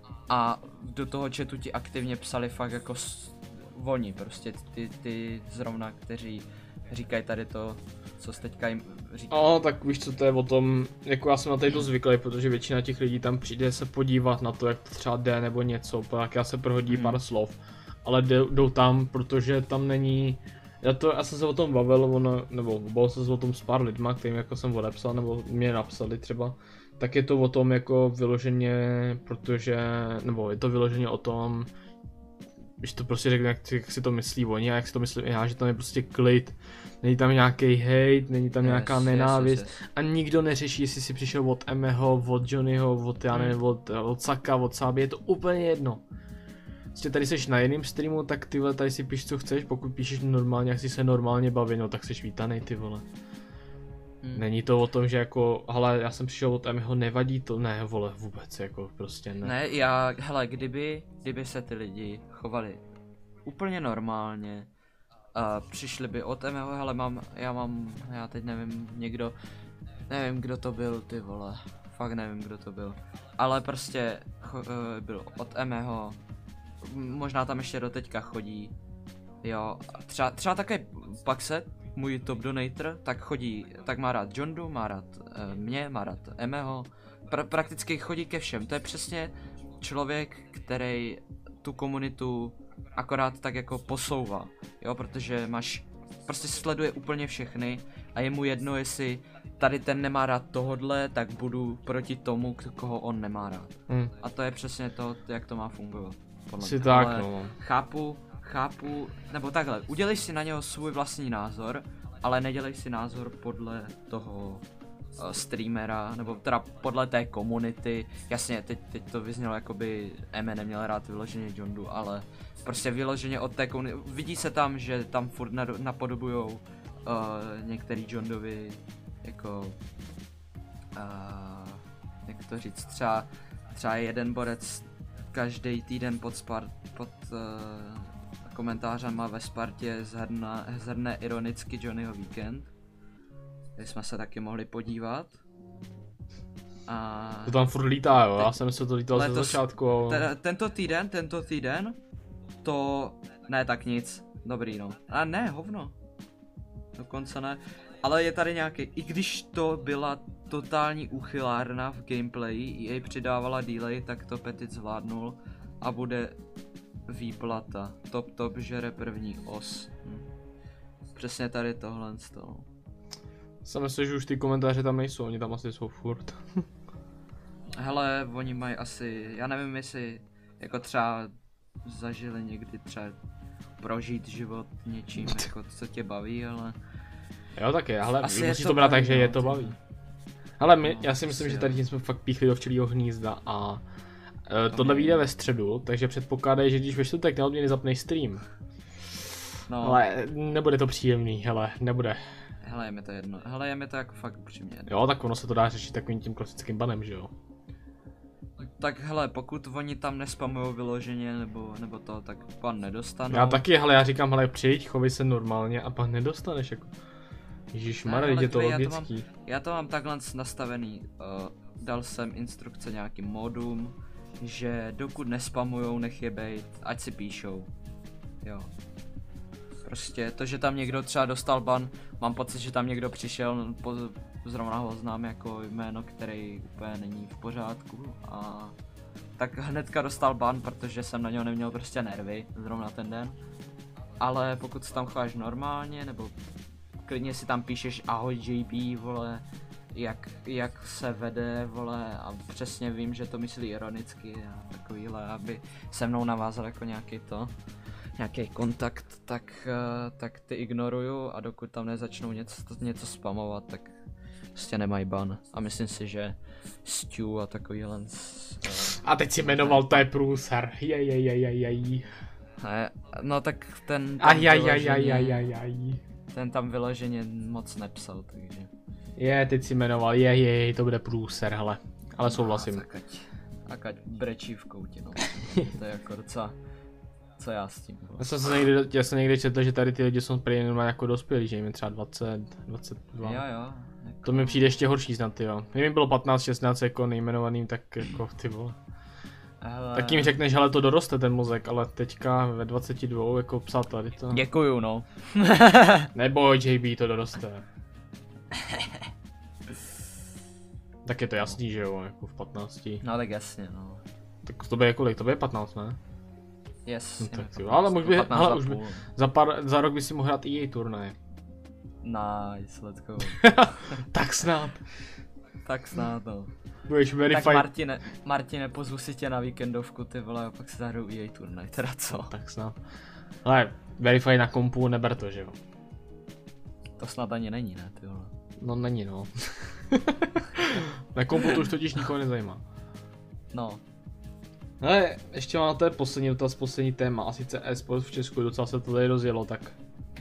a do toho chatu ti aktivně psali fakt jako s, oni, prostě ty, ty zrovna, kteří říkají tady to, co jsi teďka jim říkal. No, tak víš co, to je o tom, jako já jsem na tady to zvyklý, protože většina těch lidí tam přijde se podívat na to, jak to třeba jde nebo něco, tak já se prohodí hmm. pár slov, ale jdou tam, protože tam není, já to, já jsem se o tom bavil, ono, nebo bavil jsem se o tom s pár lidma, kterým jako jsem odepsal, nebo mě napsali třeba, tak je to o tom jako vyloženě, protože, nebo je to vyloženě o tom, když to prostě řeknu, jak, jak si to myslí oni a jak si to myslím já, že tam je prostě klid, není tam nějaký hate, není tam yes, nějaká nenávist yes, yes, yes. a nikdo neřeší, jestli si přišel od Emeho, od Johnnyho, od, já nevím, od, od Saka, od Sáby, je to úplně jedno. Prostě tady seš na jiném streamu, tak ty vole, tady si píš co chceš, pokud píšeš normálně, jak si se normálně baví, no tak seš vítanej ty vole. Hmm. Není to o tom, že jako, hele, já jsem přišel od Emeho, nevadí to, ne vole, vůbec, jako prostě ne. Ne, já, hele, kdyby, kdyby se ty lidi chovali úplně normálně a přišli by od Emeho, hele, mám, já mám, já teď nevím, někdo, nevím, kdo to byl, ty vole, fakt nevím, kdo to byl, ale prostě cho, byl od Emeho, možná tam ještě do teďka chodí, jo, třeba, třeba také Paxet, můj top donator, tak chodí, tak má rád John Doe, má rád e, mě, má rád Emeho, pra, prakticky chodí ke všem, to je přesně člověk, který tu komunitu akorát tak jako posouvá, jo, protože máš, prostě sleduje úplně všechny a je mu jedno, jestli tady ten nemá rád tohodle, tak budu proti tomu, koho on nemá rád. Hmm. A to je přesně to, jak to má fungovat. Si tak, ale no. chápu, chápu, nebo takhle, udělej si na něho svůj vlastní názor, ale nedělej si názor podle toho, uh, streamera, nebo teda podle té komunity. Jasně, teď, teď to vyznělo jakoby Eme neměl rád vyloženě Jondu, ale prostě vyloženě od té komunity. Vidí se tam, že tam furt napodobujou uh, některý Jondovi jako uh, jak to říct, třeba, třeba jeden borec každý týden pod, spart, pod uh, komentářem ve Spartě zhrne, zhrne ironicky Johnnyho víkend. Kde jsme se taky mohli podívat. A to tam furt lítá, jo, teď, já jsem se to lítal ze začátku. Te, tento týden, tento týden, to ne tak nic, dobrý no. A ne, hovno. Dokonce ne. Ale je tady nějaký, i když to byla totální úchylárna v gameplayi, E A přidávala delay, tak to Petit zvládnul a bude výplata. Top top žere první os. Hm. Přesně tady tohle z toho. Jsem myslel, že už ty komentáře tam nejsou, oni tam asi jsou furt. Hele, oni mají asi, já nevím jestli jako třeba zažili někdy třeba prožít život něčím, jako co tě baví, ale... Jo tak je, ale asi musíš to to brát tak, baví, že no, je to baví. Ale my, no, já si myslím, že jo. tady tím jsme fakt píchli do včelího hnízda a uh, tohle vyjde ve středu, takže předpokládej, že když ve čtvrtek neodměny zapneš stream. No. Ale nebude to příjemný, hele, nebude. Hele, je mi to jedno, hele, je mi to jako fakt upřímně jedno. Jo, tak ono se to dá řešit takovým tím klasickým banem, že jo. Tak hele, pokud oni tam nespamujou vyloženě nebo, nebo to, tak pan nedostanou. Já taky, hele, já říkám, hele, přijď, chovej se normálně a pak nedostaneš, jako. Ježišmarja, Ne, je to já to, mám, logický. já to mám takhle nastavený, uh, dal jsem instrukce nějakým modům, že dokud nespamujou, nech je bejt, ať si píšou. Jo. Prostě to, že tam někdo třeba dostal ban, mám pocit, že tam někdo přišel, po, zrovna ho znám jako jméno, který úplně není v pořádku a tak hnedka dostal ban, protože jsem na něho neměl prostě nervy, zrovna ten den. Ale pokud se tam chováš normálně, nebo klidně si tam píšeš ahoj J B, vole, jak, jak se vede, vole, a přesně vím, že to myslí ironicky a takovýhle, aby se mnou navázal jako nějaký to, nějaký kontakt, tak, tak ty ignoruju a dokud tam nezačnou něco, něco spamovat, tak prostě nemají ban. A myslím si, že Stu a takovýhle... Uh, A teď si jmenoval, to je průser, jej, jej, jej, jej, jej. Ne, no tak ten... Aj, aj, aj, aj, aj, aj, aj. Ten tam vyloženě moc nepsal, takže... Je, teď si jmenoval, je, je, je, to bude průser, hele. Ale souhlasím. No, tak ať, tak ať brečí v koutě, no. To je jako docela... Co já s tím? Já jsem se někdy, já jsem někdy četl, že tady ty lidi jsou prý normálně jako dospělí, že jim je třeba dvacet, dvacet dva. Jo, jo. Jako... To mi přijde ještě horší snad, ty jo. Kdyby bylo patnáct šestnáct jako nejmenovaným, tak jako ty vole. Hele... Tak jim řekneš, ale to doroste ten mozek, ale teďka ve dvaceti dvou jako psát tady to. Děkuju, no. Neboj, J B, to doroste. Tak je to jasný, že jo, jako v patnácti. No tak jasně, no. Tak to bude kolik, to bude patnáct, ne? Yes, No, tak patnáct, jo, ale už by, patnáct hele, a už by, půl. za, pár, za rok by si mohl hrát E A turnaje. Nice, let's go. Tak snad. Tak snad, no. Budeš Tak verify. Martine, Martine, pozvu si tě na víkendovku, ty vole, a pak se zahraju E A turnaj, teda co? Tak snad. Ale verify na kompu, neber to, že jo. To snad ani není, ne, ty vole. No není, no. Na kompu to už totiž nikoho nezajímá. No. Ale ještě mám na to poslední dotaz, poslední téma, a sice e-sport v Česku, docela se to tady rozjelo, tak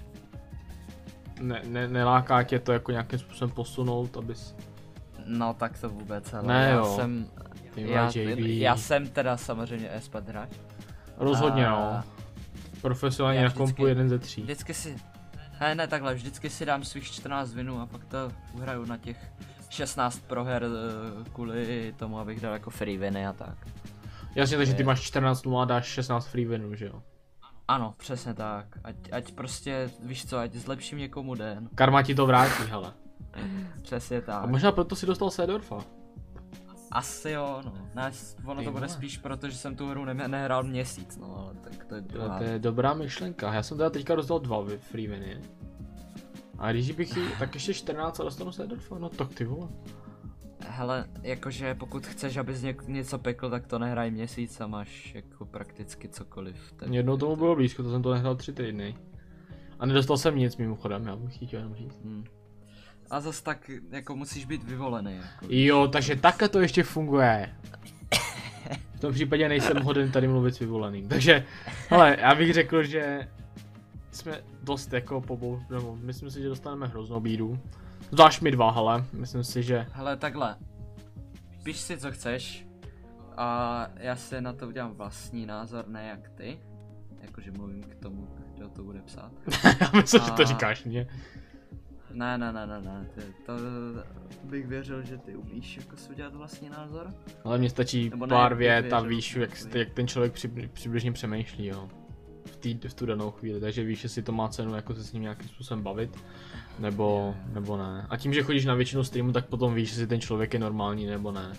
ne, ne, neláká tě to jako nějakým způsobem posunout, abys... No tak to vůbec, ale Ne, já jo. jsem, Ty já, J B. já jsem teda samozřejmě e-sport hráč. Rozhodně A- no. Profesionálně Já na kompu vždycky- jeden ze tří. Vždycky si, ne, ne takhle, vždycky si dám svých čtrnáct vinů a pak to uhraju na těch šestnáct proher eh, kvůli tomu, abych dal jako free viny a tak. Jasně, takže ty je- máš čtrnáct nula a dáš šestnáct free winů, že jo. Ano, přesně tak, ať, ať prostě, víš co, ať zlepším někomu den. Karma ti to vrátí, hele. Přesně A tak. možná proto si dostal Sedorfa. Asi jo, no. Ne, ono Ty to bude vole. spíš proto, že jsem tu hru ne- nehrál měsíc, no, ale tak to je To, druhá. to je dobrá myšlenka, já jsem teda teďka dostal dva vy- free winy. A když bych jí, tak ještě čtrnáct a dostanu Sedorfa, no tak ty vole. Hele, jakože pokud chceš, abys něk- něco pekl, tak to nehraj měsíc a máš jako prakticky cokoliv. Tak... Jednou tomu bylo blízko, to jsem to nehrál tři týdny. A nedostal jsem nic mimochodem, já bych chtěl jenom říct. Hmm. a zas tak jako musíš být vyvolený. Jako. Jo, takže takhle to ještě funguje. V tom případě nejsem hoden tady mluvit s vyvoleným. Takže, hele, já bych řekl, že jsme dost jako pobou, nebo myslím si, že dostaneme hroznou bídu. Zvlášť mi dva, hele, myslím si, že... Hele, takhle. Píš si, co chceš. A já si na to udělám vlastní názor, ne jak ty. Jakože mluvím k tomu, kdo to bude psát. Já myslím, a... že to A... říkáš mě. Ne, ne, ne, ne, ne, to, to bych věřil, že ty umíš jako si udělat vlastní názor. Ale mně stačí Nebo pár ne, vět a věřil, víš, jak, jak ten člověk při, přibližně přemýšlí, jo. V, tý, v tu danou chvíli, takže víš, jestli to má cenu jako se s ním nějakým způsobem bavit, nebo, nebo ne. A tím, že chodíš na většinu streamu, tak potom víš, jestli ten člověk je normální, nebo ne.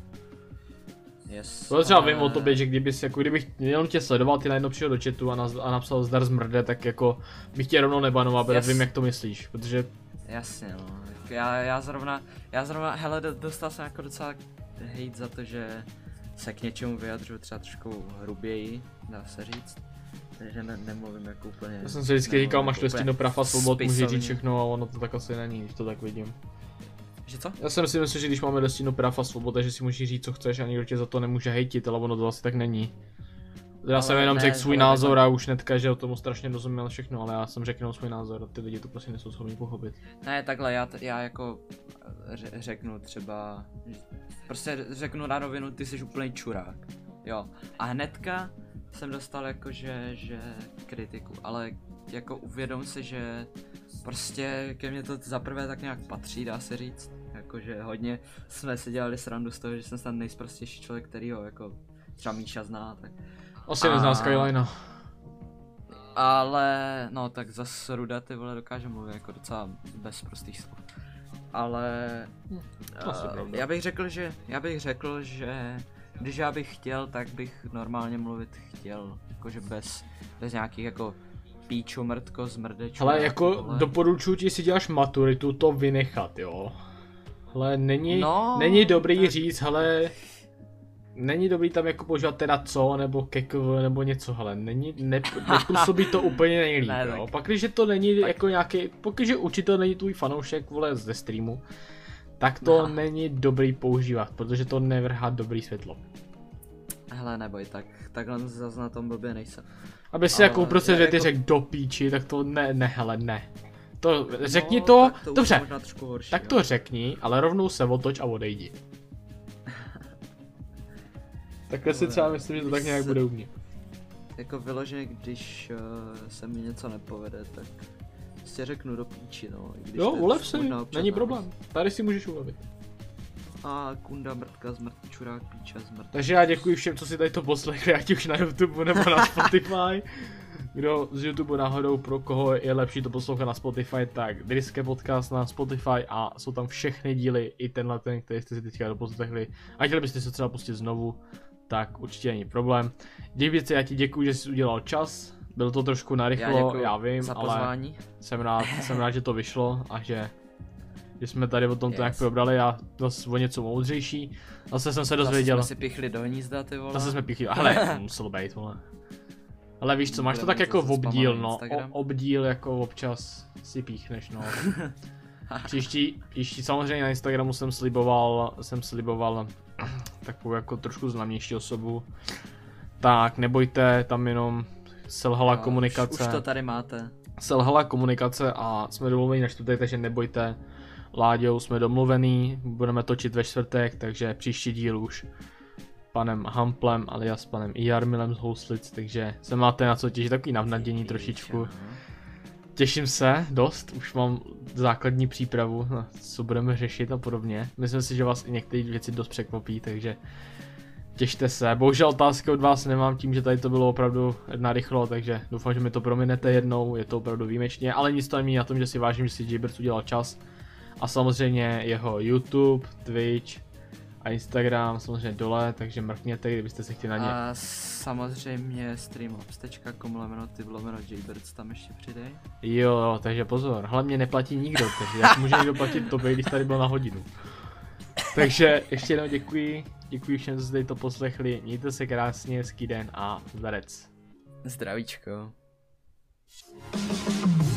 Yes, To třeba ale... vím o tobě, že kdybys, jako kdybych jenom tě sledoval, ty najednou přišel do chatu a, naz, a napsal zdar zmrde, tak jako bych tě rovnou nebanoval, protože yes. Vím, jak to myslíš, protože... Jasně no, já, já zrovna, já zrovna, hele, dostal jsem jako docela hejt za to, že se k něčemu vyjadřuju třeba trošku hruběji, dá se říct. Takže ne, nemluvím jako úplně... Já jsem si vždycky říkal, máš jako listinu práv a svobod, můžeš spisovně. říct všechno a ono to tak asi není, když to tak vidím. Že co? Já jsem si myslel, že když máme listinu práv a svobod, takže si můžeš říct, co chceš a nikdo tě za to nemůže hejtit, ale ono to asi tak není. Já Ale jsem jenom ne, řekl svůj ale názor takhle. a už netka, že o tomu strašně rozuměl všechno, ale já jsem řekl jenom svůj názor a ty lidi to prostě nejsou schopni pochopit. Ne, takhle, já, t- já jako ře- řeknu třeba, prostě řeknu na rovinu, ty jsi úplný čurák, jo. A hnedka jsem dostal jako, že, že kritiku, ale jako uvědom si, že prostě ke mně to zaprvé tak nějak patří, dá se říct. Jakože hodně jsme si dělali srandu z toho, že jsem snad nejsprostější člověk, který ho jako třeba Míša zná, tak. Asi nezná Skylinea. Ale, no tak zas Ruda ty vole dokáže mluvit jako docela bez prostých slov. Ale Asi uh, pravda. já bych řekl, že, já bych řekl, že když já bych chtěl, tak bych normálně mluvit chtěl, jakože bez, bez nějakých jako píču, mrtko, zmrdečů. Ale jako doporučuji ti, si děláš maturitu, to vynechat, jo. Ale není, No, není dobrý tak- říct, hele, není dobrý tam jako používat teda co, nebo kekv, nebo něco, hele, není, ne, nepůsobí to úplně nejlíp, Ne, jo. tak- Pak když to není tak- jako nějaký, pokud učitel není tvůj fanoušek, vole, ze streamu, tak to No. není dobrý používat, protože to nevrhá dobrý světlo. Hele neboj, tak takhle zase na tom blbě nejsem. Aby si Ale jako uprostřed já věty jako- řekl do píči, tak to ne, ne, hele, ne. To řekni No, to, tak to už dobře, je možná trošku horší, tak jo. to řekni, ale rovnou se otoč a odejdi. Takhle si třeba myslím, že to tak Když nějak se- bude u mě. Jako vyloženě, když uh, se mi něco nepovede, tak prostě řeknu do píči, no. i když Jo, to je ulev si, možná občas není na problém. Tady si můžeš ulevit. A kunda, mrtka, zmrt, čurák, píča, zmrt. Takže já děkuji všem, co si tady to poslechli, ať už na YouTube nebo na Spotify. Kdo z YouTube náhodou, pro koho je lepší to poslouchat na Spotify, tak Driske podcast na Spotify a jsou tam všechny díly, i tenhle ten, který jste si teďka doposlechli. A chtěli byste se třeba pustit znovu, tak určitě není problém. Děkuji, já ti děkuji, že jsi udělal čas. Bylo to trošku narychlo, já, děkuju já vím, za ale pozvání. jsem rád, jsem rád, že to vyšlo a že, že jsme tady o tom to Yes. nějak probrali a zase o něco moudřejší. Zase jsem se Zase dozvěděl. jsme si pichli do hnízda, ty vole. Zase jsme píchli, ale muselo být, vole. Ale víš co, máš to Budeme tak jako zase v obdíl, spamovat no, Instagram. o, obdíl jako občas si píchneš, no. Příští, příští samozřejmě na Instagramu jsem sliboval, jsem sliboval takovou jako trošku známější osobu. Tak nebojte, tam jenom selhala No, komunikace. Už, už to tady máte. Selhala komunikace a jsme domluveni na čtvrtek, takže nebojte. Láďou jsme domluvený, budeme točit ve čtvrtek, takže příští díl už panem Hamplem alias panem Jarmilem z Houslic, takže se máte na co těšit, takový navnadění trošičku. Těším se dost, už mám základní přípravu na co budeme řešit a podobně. Myslím si, že vás i některé věci dost překvapí, takže těšte se. Bohužel otázky od vás nemám tím, že tady to bylo opravdu narychlo, takže doufám, že mi to prominete jednou, je to opravdu výjimečně, ale nic to nemění na tom, že si vážím, že si Jaybirds udělal čas. A samozřejmě jeho YouTube, Twitch a Instagram samozřejmě dole, takže mrkněte, kdybyste se chtěli na ně. A samozřejmě streamlabs tečka com lomeno ty lomeno Jaybirds tam ještě přidej. Jo, takže pozor, hlavně mě neplatí nikdo, takže jak může někdo platit tobě, když tady byl na hodinu. Takže ještě jednou děkuji, děkuji všem, co jste tady to poslechli, mějte se krásně, hezký den a zdarec. Zdravíčko.